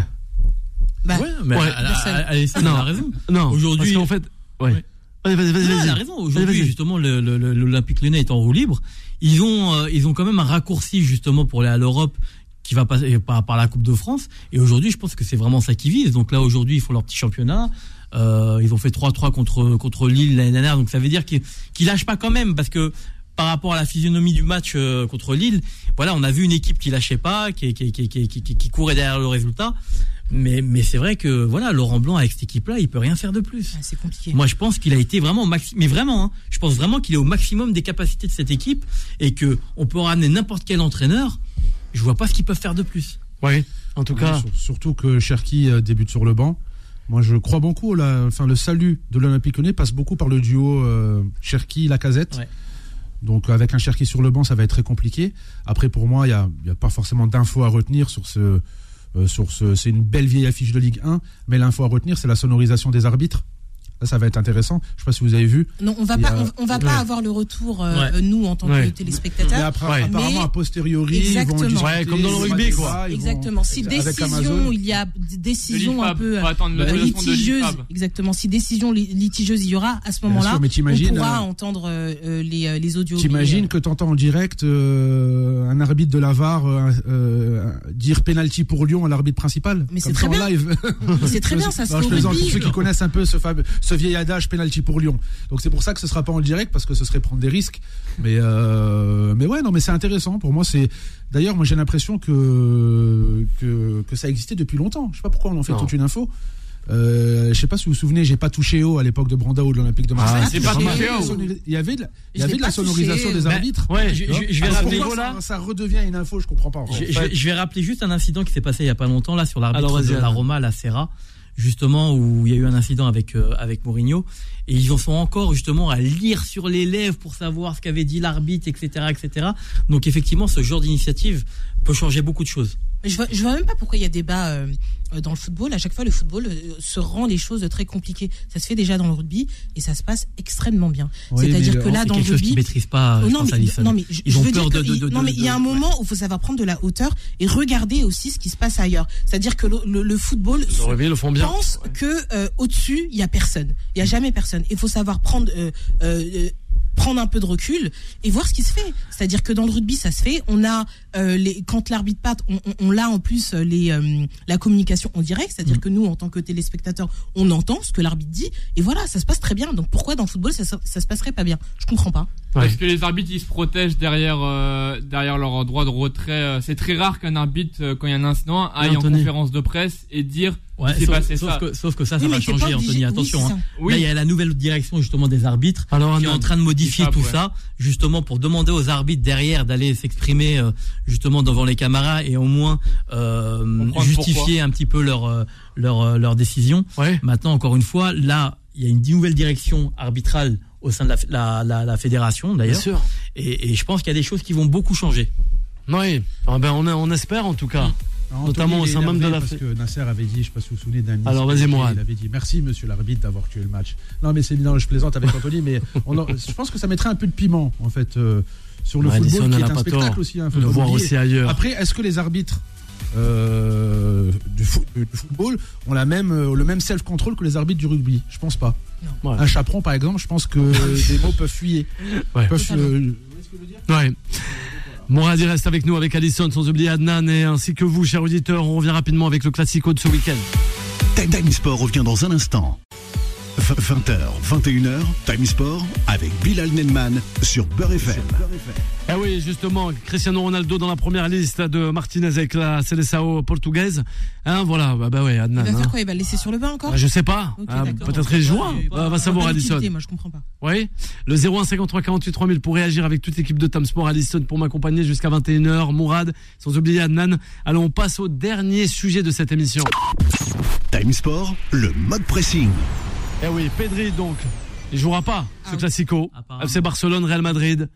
Speaker 3: mais Alessandre a raison.
Speaker 2: Non,
Speaker 3: aujourd'hui,
Speaker 2: parce qu'en fait, ouais. Vas-y.
Speaker 3: Elle a raison. Aujourd'hui, justement, l'Olympique Lyonnais est en roue libre. Ils ont quand même un raccourci justement pour aller à l'Europe qui va passer par la Coupe de France. Et aujourd'hui, je pense que c'est vraiment ça qu'ils visent. Donc là, aujourd'hui, ils font leur petit championnat. Ils ont fait 3-3 contre Lille l'année dernière. Donc ça veut dire qu'ils lâchent pas quand même, parce que par rapport à la physionomie du match contre Lille, voilà, on a vu une équipe qui lâchait pas, qui courait derrière le résultat. Mais c'est vrai que voilà, Laurent Blanc avec cette équipe-là, il peut rien faire de plus.
Speaker 6: C'est compliqué.
Speaker 3: Moi, je pense qu'il a été vraiment mais vraiment, je pense vraiment qu'il est au maximum des capacités de cette équipe et que on peut ramener n'importe quel entraîneur. Je vois pas ce qu'ils peuvent faire de plus.
Speaker 2: Oui, en tout cas.
Speaker 5: Surtout que Cherki débute sur le banc. Moi, je crois beaucoup. Le salut de l'Olympique Lyonnais passe beaucoup par le duo Cherki-Lacazette. Ouais. Donc, avec un Cherki sur le banc, ça va être très compliqué. Après, pour moi, il y a pas forcément d'infos à retenir sur ce. C'est une belle vieille affiche de Ligue 1, mais l'info à retenir, c'est la sonorisation des arbitres. Là, ça va être intéressant. Je ne sais pas si vous avez vu.
Speaker 6: Non, on va pas avoir le retour, nous, en tant que téléspectateurs.
Speaker 5: Mais apparemment, a posteriori,
Speaker 6: exactement.
Speaker 5: Ils vont discuter,
Speaker 2: comme dans le rugby, quoi.
Speaker 6: Exactement. Si décision, il y a décision un peu litigieuse. Exactement. Si décision litigieuse il y aura, à ce moment-là, on pourra entendre les audios.
Speaker 5: T'imagines que t'entends en direct un arbitre de la VAR dire penalty pour Lyon à l'arbitre principal.
Speaker 6: Mais c'est très bien. C'est très bien, ça se fait au
Speaker 5: rugby.
Speaker 6: Pour
Speaker 5: ceux qui connaissent un peu ce vieil adage penalty pour Lyon. Donc c'est pour ça que ce sera pas en direct, parce que ce serait prendre des risques. Mais ouais, non, mais c'est intéressant. Pour moi, d'ailleurs, moi j'ai l'impression que ça existait depuis longtemps. Je sais pas pourquoi on en fait toute une info. Je sais pas si vous vous souvenez, j'ai pas touché haut à l'époque de Brandao de l'Olympique de Marseille.
Speaker 4: C'est pas touché haut.
Speaker 5: Il y avait de la sonorisation des arbitres.
Speaker 3: Ouais, je vais rappeler
Speaker 5: ça redevient une info, je comprends pas.
Speaker 3: Je vais rappeler juste un incident qui s'est passé il y a pas longtemps là sur l'arbitre de la Roma, la Serra. Justement, où il y a eu un incident avec Mourinho, et ils en sont encore justement à lire sur les lèvres pour savoir ce qu'avait dit l'arbitre, etc. Donc effectivement, ce genre d'initiative peut changer beaucoup de choses.
Speaker 6: Je vois même pas pourquoi il y a débat dans le football. À chaque fois, le football se rend les choses très compliquées. Ça se fait déjà dans le rugby et ça se passe extrêmement bien.
Speaker 3: Oui, c'est-à-dire que là, dans le rugby, quelque chose qu'ils maîtrisent pas.
Speaker 6: Ils ont peur mais il y a un moment où il faut savoir prendre de la hauteur et regarder aussi ce qui se passe ailleurs. C'est-à-dire que le football pense que au-dessus il y a personne. Il y a jamais personne. Il faut savoir prendre un peu de recul et voir ce qui se fait. C'est-à-dire que dans le rugby, ça se fait. On a quand l'arbitre part, on a en plus la communication en direct. C'est-à-dire que nous, en tant que téléspectateurs, on entend ce que l'arbitre dit et voilà, ça se passe très bien. Donc pourquoi dans le football ça se passerait pas bien? Je comprends pas.
Speaker 4: Parce que les arbitres ils se protègent derrière leur droit de retrait. C'est très rare qu'un arbitre, quand il y a un incident, aille en conférence de presse et dire c'est passé ça.
Speaker 3: Sauf que ça va changer, Anthony. Attention. Là, il y a la nouvelle direction justement des arbitres qui est en train de modifier tout ça, justement pour demander aux arbitres derrière d'aller s'exprimer justement devant les caméras et au moins justifier un petit peu leur décision. Ouais. Maintenant, encore une fois, là, il y a une nouvelle direction arbitrale au sein de la fédération d'ailleurs. Bien sûr. Et je pense qu'il y a des choses qui vont beaucoup changer.
Speaker 2: Oui, on espère en tout cas.
Speaker 5: Alors,
Speaker 2: notamment au sein même de la
Speaker 5: parce que Nasser avait dit, je ne sais pas si vous vous souvenez d'un
Speaker 2: alors vas-y Mourad.
Speaker 5: Il avait dit merci monsieur l'arbitre d'avoir tué le match. Non mais je plaisante avec Anthony, mais je pense que ça mettrait un peu de piment en fait sur le football qui est un spectacle aussi.
Speaker 2: Le voir aussi ailleurs.
Speaker 5: Après, est-ce que les arbitres du football ont le même self-control que les arbitres du rugby? Je pense pas. Ouais. Un chaperon par exemple, je pense que des mots peuvent fuyer.
Speaker 2: Ouais. Ouais. Mourad reste avec nous avec Alison, sans oublier Adnan et ainsi que vous, chers auditeurs. On revient rapidement avec le classico de ce week-end.
Speaker 1: Time Sport revient dans un instant. 20h, 21h, Time Sport avec Bilal Nenman sur Beurre FM.
Speaker 2: Eh oui, justement, Cristiano Ronaldo dans la première liste de Martinez avec la Seleção portugaise. Voilà, bah ouais, Adnan.
Speaker 6: Il va faire quoi? Il va le laisser sur le banc encore?
Speaker 2: Je sais pas.
Speaker 6: Okay,
Speaker 2: peut-être il jouera. Va savoir Alisson.
Speaker 6: Moi, je comprends pas.
Speaker 2: Oui. Le 01 53 48 3000 pour réagir avec toute l'équipe de Time Sport. Alisson pour m'accompagner jusqu'à 21h. Mourad, sans oublier Adnan. Alors, on passe au dernier sujet de cette émission.
Speaker 1: Time Sport, le mode pressing.
Speaker 2: Eh oui, Pedri donc, il jouera pas ce classico. FC Barcelone, Real Madrid.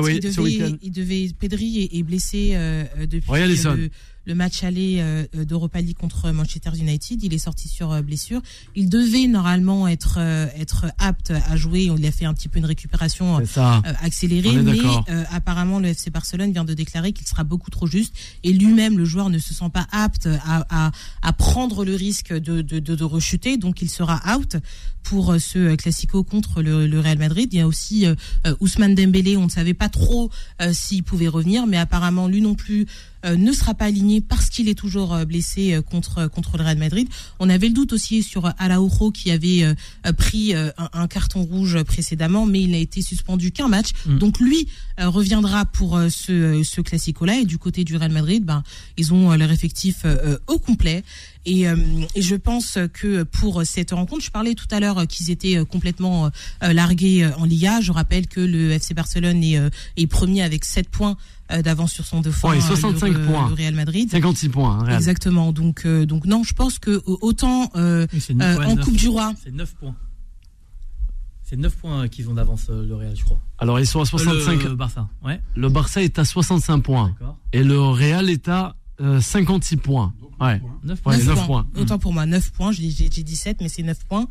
Speaker 6: Pedri est blessé depuis le match aller d'Europa League contre Manchester United. Il est sorti sur blessure. Il devait normalement être apte à jouer. On lui a fait un petit peu une récupération accélérée, mais apparemment le FC Barcelone vient de déclarer qu'il sera beaucoup trop juste et lui-même, le joueur, ne se sent pas apte à prendre le risque de rechuter, donc il sera out pour ce classico contre le Real Madrid. Il y a aussi Ousmane Dembélé. On ne savait pas trop s'il pouvait revenir, mais apparemment lui non plus ne sera pas aligné parce qu'il est toujours blessé contre le Real Madrid. On avait le doute aussi sur Araujo qui avait pris un carton rouge précédemment, mais il n'a été suspendu qu'un match. Donc lui reviendra pour ce classico-là. Et du côté du Real Madrid, ils ont leur effectif au complet. Et je pense que pour cette rencontre, je parlais tout à l'heure qu'ils étaient complètement largués en Liga. Je rappelle que le FC Barcelone est premier avec 7 points d'avance sur son dauphin,
Speaker 2: 65 points.
Speaker 6: Le Real Madrid.
Speaker 2: 56 points. Real.
Speaker 6: Exactement. Donc non, je pense que autant en Coupe du Roi.
Speaker 3: C'est 9 points. C'est 9 points qu'ils ont d'avance, le Real, je crois.
Speaker 2: Alors ils sont à 65.
Speaker 3: Le Barça. Ouais.
Speaker 2: Le Barça est à 65 points. D'accord. Et le Real est à 56 points. Ouais.
Speaker 6: 9 points. Autant pour moi, 9 points. J'ai 17, mais c'est 9 points.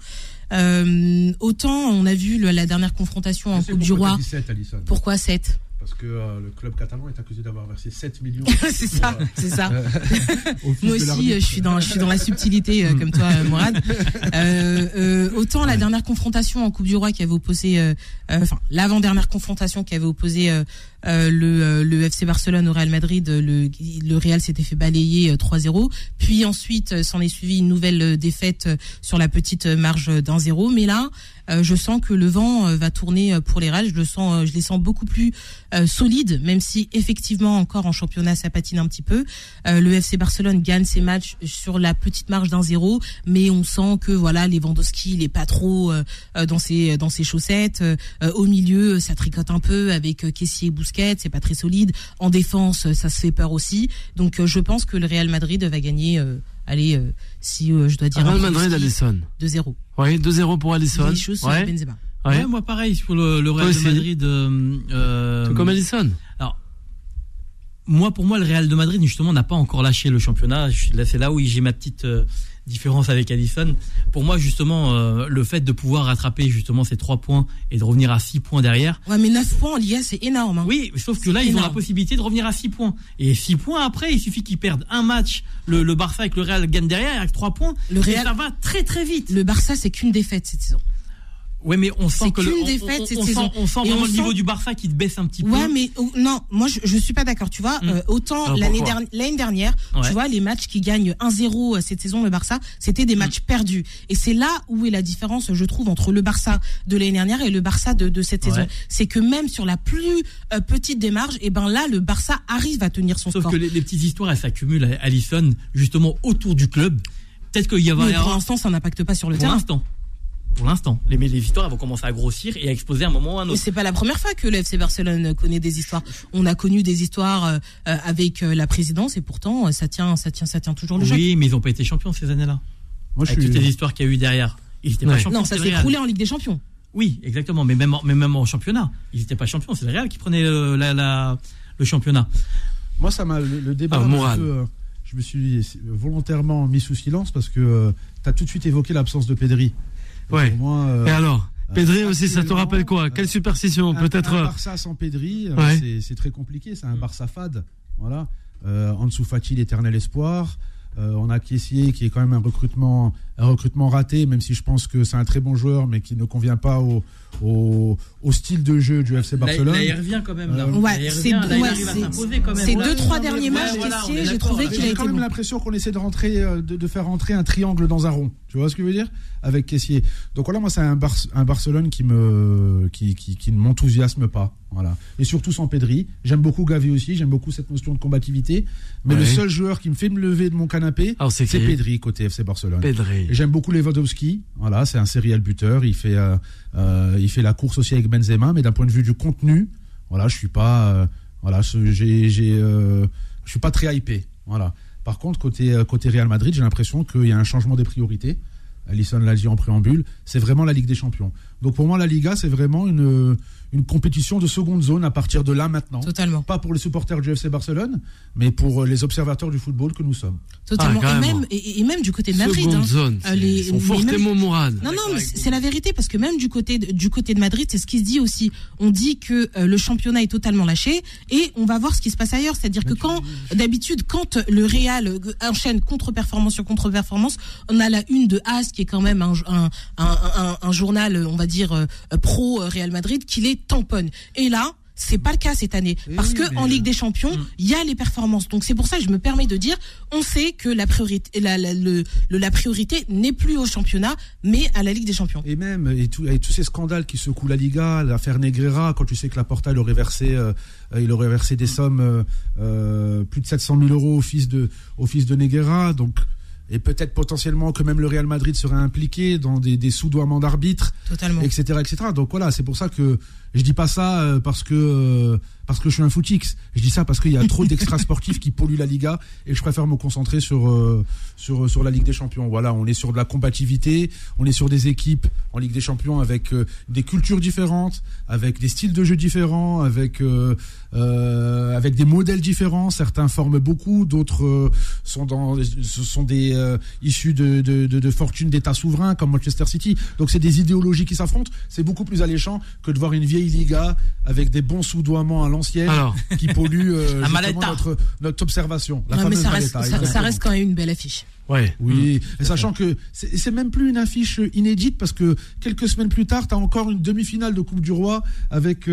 Speaker 6: Autant on a vu la dernière confrontation en Coupe du Roi.
Speaker 5: 17,
Speaker 6: pourquoi 7 ?
Speaker 5: Parce que le club catalan est accusé d'avoir versé 7 millions.
Speaker 6: c'est ça. Moi aussi, je suis dans la subtilité comme toi, Mourad. Autant la dernière confrontation en Coupe du Roi qui avait opposé, l'avant-dernière confrontation qui avait opposé le FC Barcelone au Real Madrid, le Real s'était fait balayer 3-0. Puis ensuite, s'en est suivi une nouvelle défaite sur la petite marge d'1-0. Mais là, je sens que le vent va tourner pour les Real. Je les sens beaucoup plus solides, même si effectivement encore en championnat ça patine un petit peu. Le FC Barcelone gagne ses matchs sur la petite marge d'1-0, mais on sent que Lewandowski il est pas trop dans ses chaussettes. Au milieu, ça tricote un peu avec Kessie et Busquets, c'est pas très solide. En défense, ça se fait peur aussi. Donc je pense que le Real Madrid va gagner. Si je dois dire.
Speaker 2: Real Madrid, Alisson.
Speaker 6: 2-0.
Speaker 2: Oui, 2-0 pour Alisson.
Speaker 6: Benzema.
Speaker 3: Ouais, moi pareil pour le Real de Madrid.
Speaker 2: Tout comme Alisson.
Speaker 3: Alors, pour moi, le Real de Madrid justement n'a pas encore lâché le championnat. C'est là où j'ai ma petite différence avec Alisson. Pour moi, justement, le fait de pouvoir rattraper justement ces 3 points et de revenir à 6 points derrière.
Speaker 6: Ouais, mais 9 points en Liga, c'est énorme. Hein.
Speaker 3: Oui, sauf que là, ils ont la possibilité de revenir à 6 points. Et 6 points après, il suffit qu'ils perdent un match. Le Barça avec le Real gagne derrière avec 3 points. Le Real, ça va très très vite.
Speaker 6: Le Barça, c'est qu'une défaite cette saison.
Speaker 3: Ouais, mais on sent que
Speaker 6: on
Speaker 3: sent vraiment le niveau du Barça qui te baisse un petit peu.
Speaker 6: Ouais, mais non, moi je suis pas d'accord, tu vois. Autant l'année dernière, tu vois, les matchs qui gagnent 1-0 cette saison, le Barça, c'était des matchs perdus. Et c'est là où est la différence, je trouve, entre le Barça de l'année dernière et le Barça de cette saison. C'est que même sur la plus petite des marges, et là, le Barça arrive à tenir son score.
Speaker 3: Sauf que les petites histoires, elles s'accumulent à Alisson, justement autour du club. Peut-être qu'il y a.
Speaker 6: Mais pour l'instant, ça n'impacte pas sur le terrain.
Speaker 3: Pour l'instant. Mais les histoires vont commencer à grossir et à exploser à un moment ou à un autre.
Speaker 6: Mais c'est pas la première fois que le FC Barcelone connaît des histoires. On a connu des histoires avec la présidence et pourtant ça tient toujours le jeu.
Speaker 3: Oui, mais ils n'ont pas été champions ces années-là. Avec toutes les histoires qu'il y a eu derrière. Ils n'étaient pas champions.
Speaker 6: Non, ça s'est écroulé en Ligue des Champions.
Speaker 3: Oui, exactement. Mais même en championnat, ils n'étaient pas champions. C'est le Real qui prenait le championnat.
Speaker 5: Moi, ça m'a le débat. Je me suis volontairement mis sous silence parce que tu as tout de suite évoqué l'absence de Pedri.
Speaker 2: Ouais. Et alors, Pedri aussi, ça te rappelle quoi? Quelle superstition? Peut-être.
Speaker 5: Un Barça sans Pedri, c'est très compliqué. C'est un Barça fade. Voilà. Ansu Fati, l'éternel espoir. On a Kessié qui est quand même un recrutement recrutement raté, même si je pense que c'est un très bon joueur, mais qui ne convient pas au style de jeu du FC Barcelone.
Speaker 3: Là, il revient quand même.
Speaker 6: C'est 2-3 derniers matchs Kessié, j'ai trouvé qu'il a été
Speaker 5: quand même l'impression qu'on essaie de faire rentrer un triangle dans un rond. Tu vois ce que je veux dire avec Kessié. Donc voilà, moi c'est un Barcelone qui ne m'enthousiasme pas. Voilà. Et surtout sans Pedri. J'aime beaucoup Gavi aussi, j'aime beaucoup cette notion de combativité. Mais le seul joueur qui me fait me lever de mon canapé, c'est Pedri côté FC Barcelone.
Speaker 2: Pedri.
Speaker 5: Et j'aime beaucoup Lewandowski. Voilà, c'est un serial buteur. Il fait la course aussi avec Benzema, mais d'un point de vue du contenu, voilà, je suis pas, je suis pas très hypé. Voilà. Par contre, côté Real Madrid, j'ai l'impression qu'il y a un changement des priorités. Alisson l'a dit en préambule, c'est vraiment la Ligue des Champions. Donc pour moi, la Liga, c'est vraiment une compétition de seconde zone à partir de là maintenant.
Speaker 6: Totalement.
Speaker 5: Pas pour les supporters du FC Barcelone, mais pour les observateurs du football que nous sommes.
Speaker 6: Totalement. Et même du côté de Madrid.
Speaker 2: Seconde zone. Ils sont fortement Mourad.
Speaker 6: Non, mais c'est la vérité, parce que même du côté de Madrid, c'est ce qui se dit aussi. On dit que le championnat est totalement lâché et on va voir ce qui se passe ailleurs. C'est-à-dire que d'habitude, quand le Real enchaîne contre-performance sur contre-performance, on a la une de AS qui est quand même un journal, on va dire, pro Real Madrid, qui les tamponne. Et là, c'est pas le cas cette année. Parce que en Ligue des Champions, il y a les performances. Donc c'est pour ça que je me permets de dire, on sait que la priorité n'est plus au championnat, mais à la Ligue des Champions.
Speaker 5: Et même, et tous ces scandales qui secouent la Liga, l'affaire Negreira, quand tu sais que Laporta, il aurait versé des sommes, plus de 700 000 euros au fils de Negreira. Donc, et peut-être potentiellement que même le Real Madrid serait impliqué dans des soudoiements d'arbitres, etc. Donc voilà, c'est pour ça que je dis pas ça parce que je suis un footix. Je dis ça parce qu'il y a trop d'extra-sportifs qui polluent la Liga et je préfère me concentrer sur la Ligue des Champions. Voilà, on est sur de la combativité, on est sur des équipes en Ligue des Champions avec des cultures différentes, avec des styles de jeu différents, avec des modèles différents. Certains forment beaucoup, d'autres sont issus de fortunes d'États souverains comme Manchester City. Donc c'est des idéologies qui s'affrontent. C'est beaucoup plus alléchant que de voir une vieille Liga avec des bons soudoiements à l'ancienne qui polluent notre observation.
Speaker 6: Mais ça reste quand même une belle affiche.
Speaker 2: Ouais.
Speaker 5: Oui, et sachant que c'est même plus une affiche inédite parce que quelques semaines plus tard, tu as encore une demi-finale de Coupe du Roi avec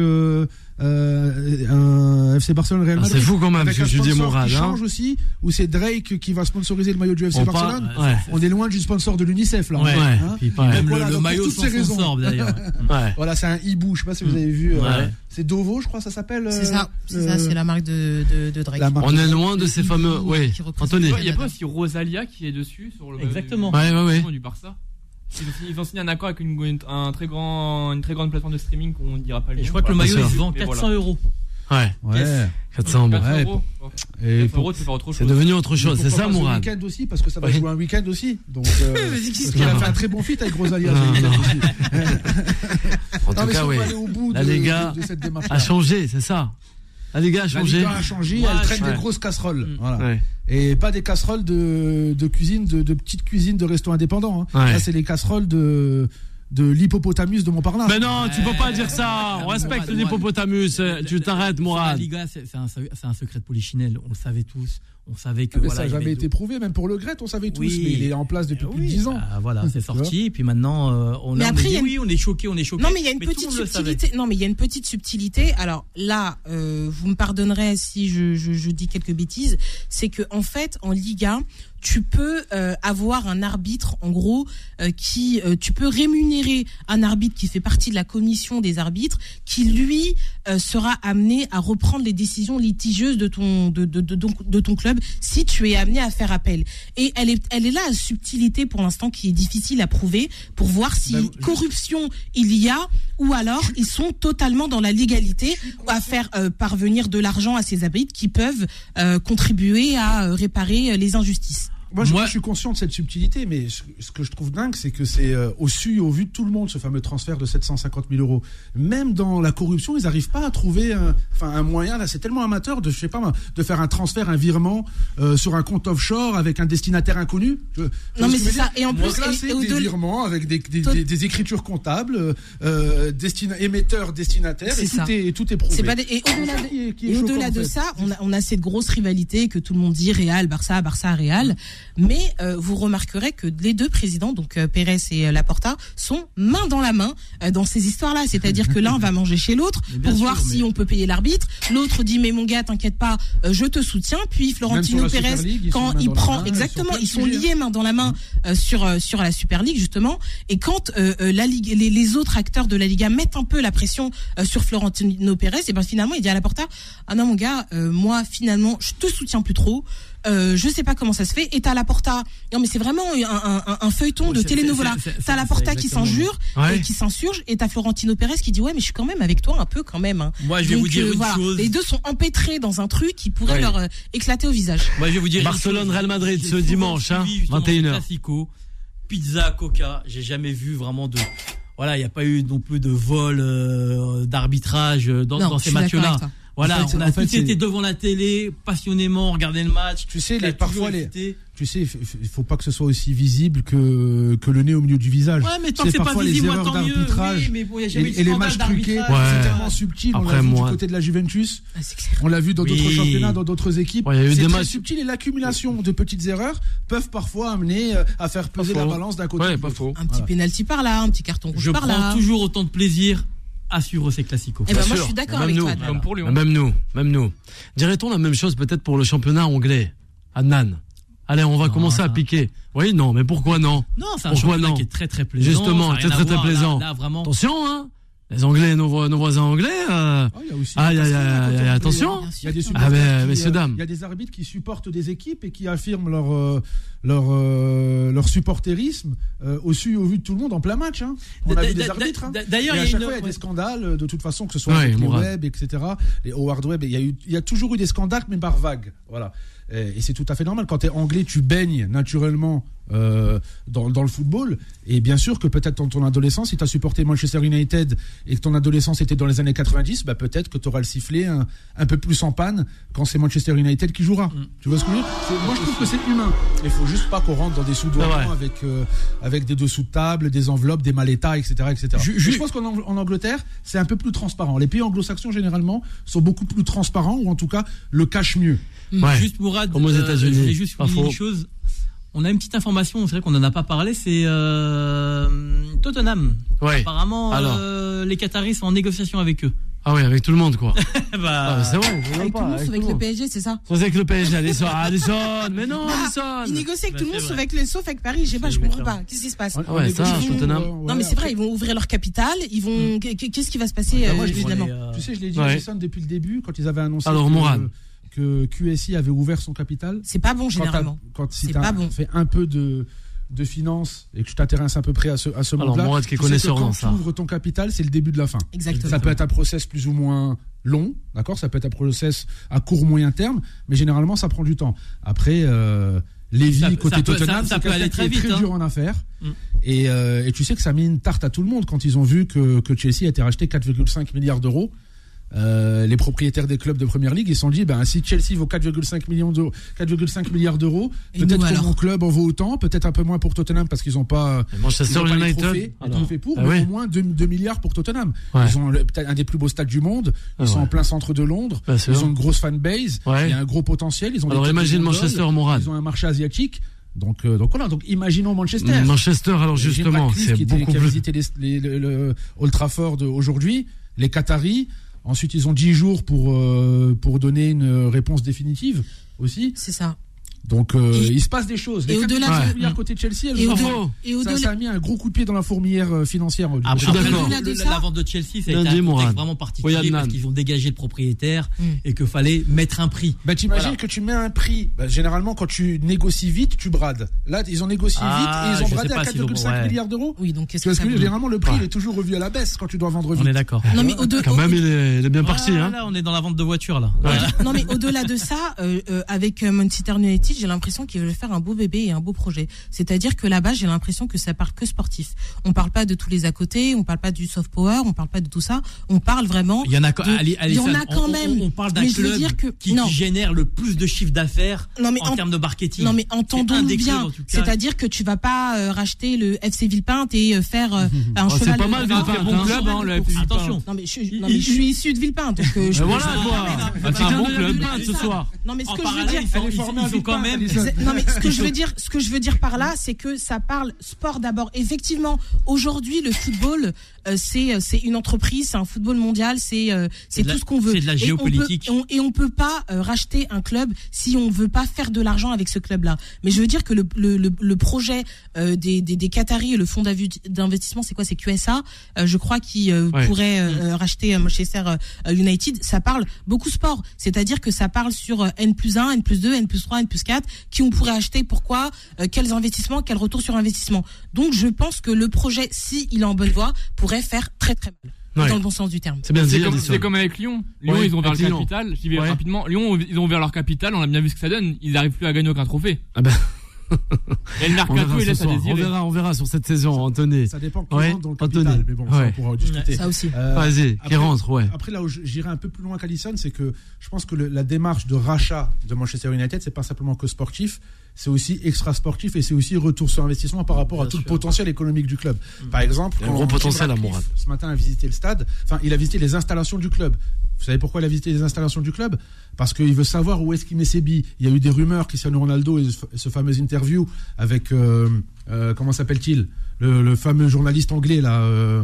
Speaker 5: un FC Barcelone Real Madrid.
Speaker 2: C'est fou quand même,
Speaker 5: avec un
Speaker 2: sponsor
Speaker 5: Mourad, qui change aussi, où c'est Drake qui va sponsoriser le maillot du FC Barcelone. On est loin du sponsor de l'UNICEF là.
Speaker 3: Même le maillot sans sponsor d'ailleurs.
Speaker 5: Voilà, c'est un hibou, je sais pas si vous avez vu. C'est Dovo, je crois, ça s'appelle.
Speaker 6: C'est ça, c'est la marque de Drake.
Speaker 2: On est loin de ces fameux. Oui, Anthony.
Speaker 4: Il y a pas aussi Rosalia qui est dessus sur le.
Speaker 3: Exactement.
Speaker 4: Du Barça. Ils ont signé un accord avec une très grande plateforme de streaming qu'on ne dira pas le nom.
Speaker 3: Je crois que le maillot il se vend 400 euros.
Speaker 2: Ouais. 400
Speaker 4: €.
Speaker 2: Et
Speaker 4: 400 €, tu fais autre chose.
Speaker 2: C'est devenu autre chose, c'est ça, Mourad.
Speaker 5: Un week-end aussi, parce que ça va jouer un week-end aussi. Donc, parce qu'il a fait un très bon feat avec Rosalia.
Speaker 2: En tout cas, oui. La Liga a changé, c'est ça. La Liga a changé.
Speaker 5: La Liga a changé, elle traîne des grosses casseroles. Voilà. Et pas des casseroles de cuisine, de petites cuisines de restos indépendants. Là, c'est les casseroles de l'hippopotamus de Montparnasse.
Speaker 2: Mais non, tu peux pas dire ça. On respecte l'hippopotamus. Tu t'arrêtes, Mourad.
Speaker 3: La Liga, c'est un secret de polichinelle. On le savait tous. On savait que
Speaker 5: ça n'a jamais été prouvé, même pour Le Gret, on savait tous, mais il est en place depuis plus de 10 ans.
Speaker 3: Voilà, c'est sorti, et puis maintenant on est choqué. Non,
Speaker 6: mais il y a une petite subtilité. Non, mais il y a une petite subtilité. Alors là, vous me pardonnerez si je dis quelques bêtises, c'est que en fait, en Liga, tu peux avoir un arbitre, en gros, tu peux rémunérer un arbitre qui fait partie de la commission des arbitres, qui lui sera amené à reprendre les décisions litigieuses de ton club si tu es amené à faire appel. Et elle est là, la subtilité pour l'instant qui est difficile à prouver pour voir si corruption il y a ou alors ils sont totalement dans la légalité à faire parvenir de l'argent à ces arbitres qui peuvent contribuer à réparer les injustices.
Speaker 5: Moi, je suis conscient de cette subtilité, mais ce que je trouve dingue, c'est que c'est au vu de tout le monde, ce fameux transfert de 750 000 euros. Même dans la corruption, ils n'arrivent pas à trouver un moyen. Là, c'est tellement amateur de faire un transfert, un virement sur un compte offshore avec un destinataire inconnu.
Speaker 6: Non, mais c'est ça. Et en plus,
Speaker 5: là, c'est des virements avec des écritures comptables, émetteurs, destinataires, et tout est prouvé.
Speaker 6: Et au-delà de ça, on a cette grosse rivalité que tout le monde dit Real, Barça, Real. Mais vous remarquerez que les deux présidents, donc Pérez et Laporta, sont main dans la main dans ces histoires-là. C'est-à-dire que l'un va manger chez l'autre pour voir si on peut payer l'arbitre. L'autre dit mais mon gars, t'inquiète pas, je te soutiens. Puis Florentino Pérez, quand il prend exactement, ils sont liés main dans la main sur la Super League justement. Et quand la Ligue, les autres acteurs de la Liga mettent un peu la pression sur Florentino Pérez, et ben finalement il dit à Laporta, ah non mon gars, moi finalement je te soutiens plus trop. Je sais pas comment ça se fait. Et t'as Laporta. Non mais c'est vraiment un feuilleton de telenovela. T'as Laporta qui s'injure et qui s'insurge, et t'as Florentino Pérez qui dit ouais mais je suis quand même avec toi un peu quand même. Hein.
Speaker 3: Moi je vais vous dire une chose.
Speaker 6: Les deux sont empêtrés dans un truc qui pourrait leur éclater au visage.
Speaker 3: Moi je vais vous dire.
Speaker 2: Barcelone Real Madrid ce dimanche, 21h.
Speaker 3: Classico, pizza, coca. J'ai jamais vu vraiment de. Voilà, il n'y a pas eu non plus de vol, d'arbitrage dans ces matchs-là. Voilà, on a tous été devant la télé, passionnément, regarder le match.
Speaker 5: Tu sais, il faut pas que ce soit aussi visible que le nez au milieu du visage.
Speaker 3: Ouais, mais tant que c'est pas visible, moi, tant mieux. Oui, mais bon, y a jamais
Speaker 5: et les matchs truqués, c'est tellement subtil. On l'a vu du côté de la Juventus. On l'a vu dans d'autres championnats, dans d'autres équipes. C'est très subtil, et l'accumulation de petites erreurs peuvent parfois amener à faire peser la balance d'un côté.
Speaker 2: Pas faux.
Speaker 6: Un petit penalty par là, un petit carton rouge par là.
Speaker 3: Je prends toujours autant de plaisir à suivre ces classicos.
Speaker 6: Et ben moi je suis d'accord avec toi.
Speaker 2: Comme pour Lyon. Même nous. Dirait-on la même chose peut-être pour le championnat anglais, Adnan? Allez, on va commencer à piquer. Oui, non, mais pourquoi non?
Speaker 3: Non, c'est un championnat qui est très très plaisant.
Speaker 2: Justement, très plaisant.
Speaker 3: Là, vraiment.
Speaker 2: Attention, hein. Les Anglais, nos voisins anglais. Attention.
Speaker 5: Il y a des
Speaker 2: messieurs dames.
Speaker 5: Il y a des arbitres qui supportent des équipes et qui affirment leur supporterisme au vu de tout le monde en plein match. Hein. On a vu des arbitres.
Speaker 3: D'ailleurs,
Speaker 5: à chaque fois, il y a des scandales de toute façon, que ce soit avec les Webb, etc. Les Howard Webb. Il y a toujours eu des scandales, mais par vague. Voilà. Et c'est tout à fait normal. Quand tu es anglais, tu baignes naturellement dans le football. Et bien sûr que peut-être dans ton adolescence, si tu as supporté Manchester United et que ton adolescence était dans les années 90, bah peut-être que tu auras le sifflet un peu plus en panne quand c'est Manchester United qui jouera. Tu vois ce que je veux dire? Moi, je trouve que c'est humain. Il faut juste pas qu'on rentre dans des soudoiements avec des dessous de table, des enveloppes, des malletas, etc. Je pense qu'en Angleterre, c'est un peu plus transparent. Les pays anglo-saxons, généralement, sont beaucoup plus transparents, ou en tout cas, le cachent mieux.
Speaker 3: Juste Mourad,
Speaker 2: comme aux États-Unis.
Speaker 3: Je voulais juste vous dire une chose. On a une petite information, c'est vrai qu'on n'en a pas parlé, c'est Tottenham.
Speaker 2: Ouais.
Speaker 3: Apparemment, les Qataris sont en négociation avec eux.
Speaker 2: Ah oui, avec tout le monde, quoi.
Speaker 3: C'est vrai.
Speaker 6: Avec tout le monde, sauf avec le PSG, c'est ça?
Speaker 2: Sauf avec le PSG, Alisson. Mais non, Alisson.
Speaker 6: Ils négocient avec tout le monde, sauf avec Paris. Je sais pas, je comprends pas. Qu'est-ce qui se passe?
Speaker 2: Tottenham.
Speaker 6: Non, mais c'est vrai, ils vont ouvrir leur capital. Qu'est-ce qui va se passer, évidemment?
Speaker 5: Tu sais, je l'ai dit à Jason depuis le début, quand ils avaient annoncé.
Speaker 2: Alors, Mourad.
Speaker 5: Que QSI avait ouvert son capital.
Speaker 6: C'est pas bon généralement.
Speaker 5: Quand si tu as fait un peu de finance et que tu t'intéresses à peu près à ce monde-là.
Speaker 2: Alors Mourad qui est connaisseur dans ça.
Speaker 5: Quand tu ouvres ton capital, c'est le début de la fin.
Speaker 6: Exactement.
Speaker 5: Ça peut être un process plus ou moins long, d'accord? Ça peut être un process à court moyen terme, mais généralement ça prend du temps. Après, Lévy côté Tottenham,
Speaker 3: ça peut aller très vite,
Speaker 5: très dur en affaires. Et tu sais que ça a mis une tarte à tout le monde quand ils ont vu que Chelsea a été racheté 4,5 milliards d'euros. Les propriétaires des clubs de Première Ligue, ils se sont dit si Chelsea vaut 4,5 milliards d'euros, peut-être que mon club en vaut autant, peut-être un peu moins pour Tottenham parce qu'ils n'ont pas
Speaker 2: Manchester United
Speaker 5: les trophées pour, mais au moins 2 milliards pour Tottenham. Ils ont peut-être un des plus beaux stades du monde, ils sont en plein centre de Londres, ils ont une grosse fanbase, il y a un gros potentiel, ils ont
Speaker 2: alors imagine Manchester, Mourad.
Speaker 5: Ils ont un marché asiatique. Donc voilà, donc imaginons Manchester, alors
Speaker 2: justement, c'est beaucoup
Speaker 5: qui a visité le Old Trafford aujourd'hui, les Qataris. Ensuite, ils ont 10 jours pour donner une réponse définitive aussi.
Speaker 6: C'est ça.
Speaker 5: Donc, il se passe des choses. Les 4 milliards côté de Chelsea, ça a mis un gros coup de pied dans la fourmilière financière.
Speaker 3: Je suis d'accord. La vente de Chelsea, ça a été un contexte vraiment particulier parce qu'ils ont dégagé le propriétaire et qu'il fallait mettre un prix.
Speaker 5: T'imagines que tu mets un prix. Généralement, quand tu négocies vite, tu brades. Là, ils ont négocié vite et ils ont bradé à 4,5 milliards d'euros.
Speaker 6: Oui, donc qu'est-ce
Speaker 5: que ça veut dire? Généralement, le prix il est toujours revu à la baisse quand tu dois vendre vite.
Speaker 3: On est d'accord.
Speaker 6: Non, mais
Speaker 2: quand même, il est bien parti.
Speaker 3: Là, on est dans la vente de voitures, là.
Speaker 6: Non, mais au-delà de ça, avec Manchester United, j'ai l'impression qu'ils veulent faire un beau bébé et un beau projet. C'est-à-dire que là-bas, j'ai l'impression que ça parle que sportif. On parle pas de tous les à côté, on parle pas du soft power, on parle pas de tout ça. On parle vraiment.
Speaker 3: Il y en a quand même. On parle d'un club qui génère le plus de chiffre d'affaires en termes de marketing.
Speaker 6: Non, mais entendons-nous bien. C'est-à-dire que tu vas pas racheter le FC Villepinte et faire un cheval.
Speaker 2: C'est pas mal, Villepinte,
Speaker 4: bon club, le FC Villepinte.
Speaker 6: Attention. Non, mais je suis issu de Villepinte, donc
Speaker 2: voilà, quoi. Un bon club ce soir.
Speaker 6: Non, mais ce que je veux dire,
Speaker 3: il faut quand quand même.
Speaker 6: Non, mais ce que je veux dire par là, c'est que ça parle sport d'abord. Effectivement, aujourd'hui, le football, c'est une entreprise, c'est un football mondial, c'est tout ce qu'on veut.
Speaker 3: C'est de la géopolitique.
Speaker 6: Et on peut pas racheter un club si on veut pas faire de l'argent avec ce club-là. Mais je veux dire que le projet des Qataris et le fonds d'investissement, c'est quoi? C'est QSA, je crois, qui pourrait racheter Manchester United. Ça parle beaucoup sport, c'est-à-dire que ça parle sur N+1, N+2, N+3, N+4 qui on pourrait acheter, pourquoi, quels investissements, quel retour sur investissement. Donc je pense que le projet, si il est en bonne voie, pourrait faire très très mal. Dans le bon sens du terme.
Speaker 2: C'est bien dit.
Speaker 4: C'est comme avec Lyon. Lyon, ils ont ouvert le capital. J'y vais rapidement. Lyon, ils ont ouvert leur capital. On a bien vu ce que ça donne. Ils n'arrivent plus à gagner aucun trophée.
Speaker 2: Ah ben.
Speaker 4: Et le mercato, il laisse à désirer.
Speaker 2: On verra sur cette saison, Anthony.
Speaker 5: Ça dépend qui rentre dans le capital, mais bon, ça on pourra discuter.
Speaker 6: Ça aussi.
Speaker 2: Vas-y, qui rentre,
Speaker 5: Après, là où j'irai un peu plus loin qu'Alisson, c'est que je pense que la démarche de rachat de Manchester United, c'est pas simplement que sportif, c'est aussi extra-sportif et c'est aussi retour sur investissement par rapport à tout le potentiel économique du club. Par exemple,
Speaker 2: un gros potentiel à Mourad.
Speaker 5: Ce matin, a visité le stade, il a visité les installations du club. Vous savez pourquoi il a visité les installations du club? Parce qu'il veut savoir où est-ce qu'il met ses billes. Il y a eu des rumeurs, Cristiano Ronaldo et ce fameux interview avec comment s'appelle-t-il, le fameux journaliste anglais là,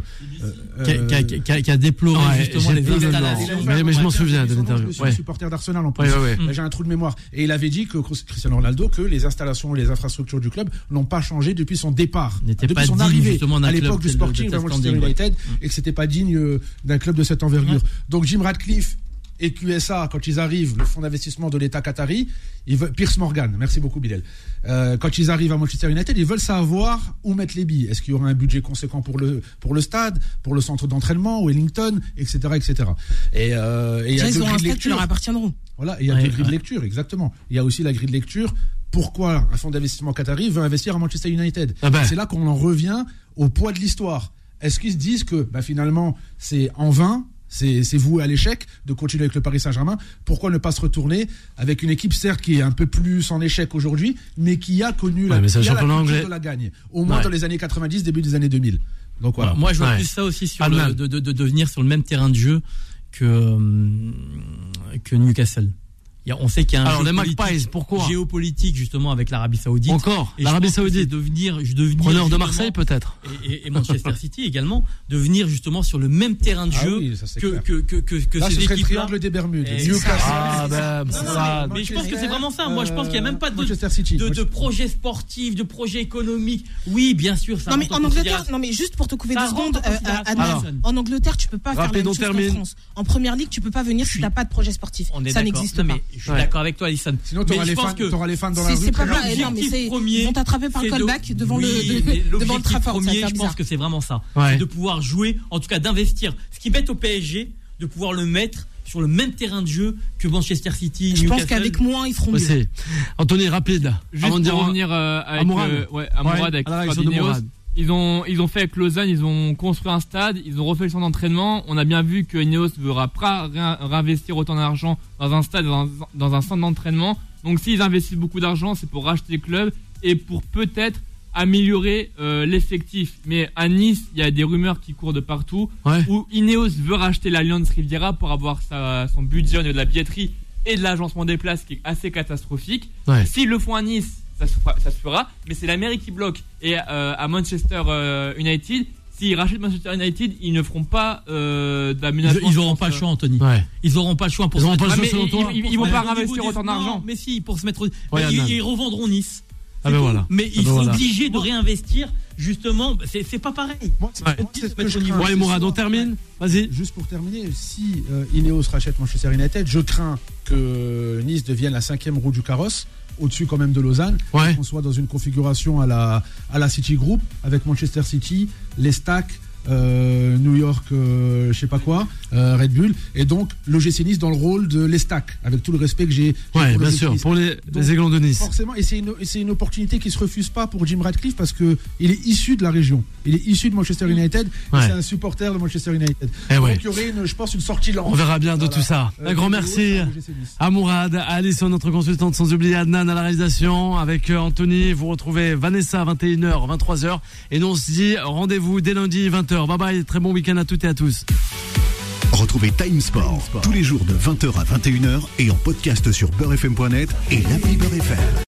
Speaker 3: qui a déploré justement les installations.
Speaker 2: Mais je m'en souviens de l'interview.
Speaker 5: Je suis supporter d'Arsenal en plus. Là, j'ai un trou de mémoire. Et il avait dit que Cristiano Ronaldo que les installations, les infrastructures du club n'ont pas changé depuis son départ, depuis son arrivée à l'époque du Sporting de Manchester United, et que c'était pas digne d'un club de cette envergure. Donc Jim Ratcliffe et QSA, quand ils arrivent, le fonds d'investissement de l'État qatari, Piers Morgan, merci beaucoup Bilal, quand ils arrivent à Manchester United, ils veulent savoir où mettre les billes. Est-ce qu'il y aura un budget conséquent pour le stade, pour le centre d'entraînement, Wellington, etc. Et il y a
Speaker 6: ils auront un stade qui leur appartiendront.
Speaker 5: Voilà, il y a deux grilles de lecture, exactement. Il y a aussi la grille de lecture. Pourquoi un fonds d'investissement qatari veut investir à Manchester United? C'est là qu'on en revient au poids de l'histoire. Est-ce qu'ils se disent que finalement c'est en vain, c'est voué à l'échec de continuer avec le Paris Saint-Germain? Pourquoi ne pas se retourner avec une équipe certes qui est un peu plus en échec aujourd'hui, mais qui a connu la culture de la gagne, au moins dans les années 90, début des années 2000. Donc voilà.
Speaker 3: Moi je vois plus ça aussi sur de venir sur le même terrain de jeu que Newcastle. On sait qu'il y a un géopolitique justement avec l'Arabie Saoudite.
Speaker 2: Encore l'Arabie Saoudite.
Speaker 3: Devenir
Speaker 2: preneur de Marseille peut-être.
Speaker 3: Et Manchester City également, de venir justement sur le même terrain de jeu que
Speaker 5: là,
Speaker 3: ces équipes-là.
Speaker 5: Le triangle des Bermudes.
Speaker 3: Mais je pense que c'est vraiment ça. Moi, je pense qu'il n'y a même pas de projet sportif, de projet économique. Oui, bien sûr. Ça
Speaker 6: non, mais en Angleterre, juste pour te couper 2 secondes, en Angleterre, tu peux pas faire la même chose qu'en France. En Première Ligue, tu peux pas venir si t'as pas de projet sportif. Ça n'existe pas.
Speaker 3: Je suis d'accord avec toi, Alisson.
Speaker 5: Sinon, t'auras les fans dans la rue.
Speaker 6: C'est pas vrai. Non, mais ils vont t'attraper par le callback devant le Trafford.
Speaker 3: Je pense que c'est vraiment ça. C'est de pouvoir jouer, en tout cas d'investir. Ce qui bête au PSG, de pouvoir le mettre sur le même terrain de jeu que Manchester City.
Speaker 6: Je pense qu'avec moins, ils feront mieux.
Speaker 2: Anthony, rapide.
Speaker 4: Juste avant de revenir avec Mourad avec Ineos. Ils ont fait avec Lausanne, ils ont construit un stade, ils ont refait le centre d'entraînement. On a bien vu que Ineos ne verra pas réinvestir autant d'argent dans un stade, dans un centre d'entraînement. Donc s'ils investissent beaucoup d'argent, c'est pour racheter le club et pour peut-être améliorer l'effectif. Mais à Nice, il y a des rumeurs qui courent de partout où Ineos veut racheter l'Allianz Riviera pour avoir son budget au niveau de la billetterie et de l'agencement des places qui est assez catastrophique. S'ils le font à Nice, ça se fera, mais c'est la mairie qui bloque. Et à Manchester United, s'ils rachètent Manchester United, ils ne feront pas d'aménagement.
Speaker 3: Ils n'auront pas le choix, Anthony. Ils n'auront pas le choix pour se mettre.
Speaker 4: Ils vont pas réinvestir autant d'argent.
Speaker 3: Mais si, pour se mettre. Ils revendront Nice. Mais ils sont obligés de réinvestir. Justement, c'est pas pareil.
Speaker 2: Mourad, on termine. Vas-y.
Speaker 5: Juste pour terminer, si Ineos rachète Manchester United, je crains que Nice devienne la 5e roue du carrosse, au-dessus quand même de Lausanne, qu'on soit dans une configuration à la City Group avec Manchester City, les Stacks, New York, je sais pas quoi, Red Bull, et donc l'OGC Nice dans le rôle de l'Estac, avec tout le respect que j'ai pour
Speaker 2: bien sûr, Nice. Pour les Aiglons de Nice.
Speaker 5: Forcément, et c'est une opportunité qui se refuse pas pour Jim Ratcliffe parce que il est issu de la région, il est issu de Manchester United, et c'est un supporter de Manchester United. Donc il y aurait je pense une sortie lente.
Speaker 2: On verra bien de tout ça. Un grand merci à Mourad, à Alisson, notre consultante, sans oublier Adnan à la réalisation, avec Anthony. Vous retrouvez Vanessa à 21h, 23h, et nous on se dit rendez-vous dès lundi 20h. Bye bye, très bon week-end à toutes et à tous.
Speaker 1: Retrouvez Time Sport tous les jours de 20h à 21h et en podcast sur beurrefm.net et l'appli Beurre FM.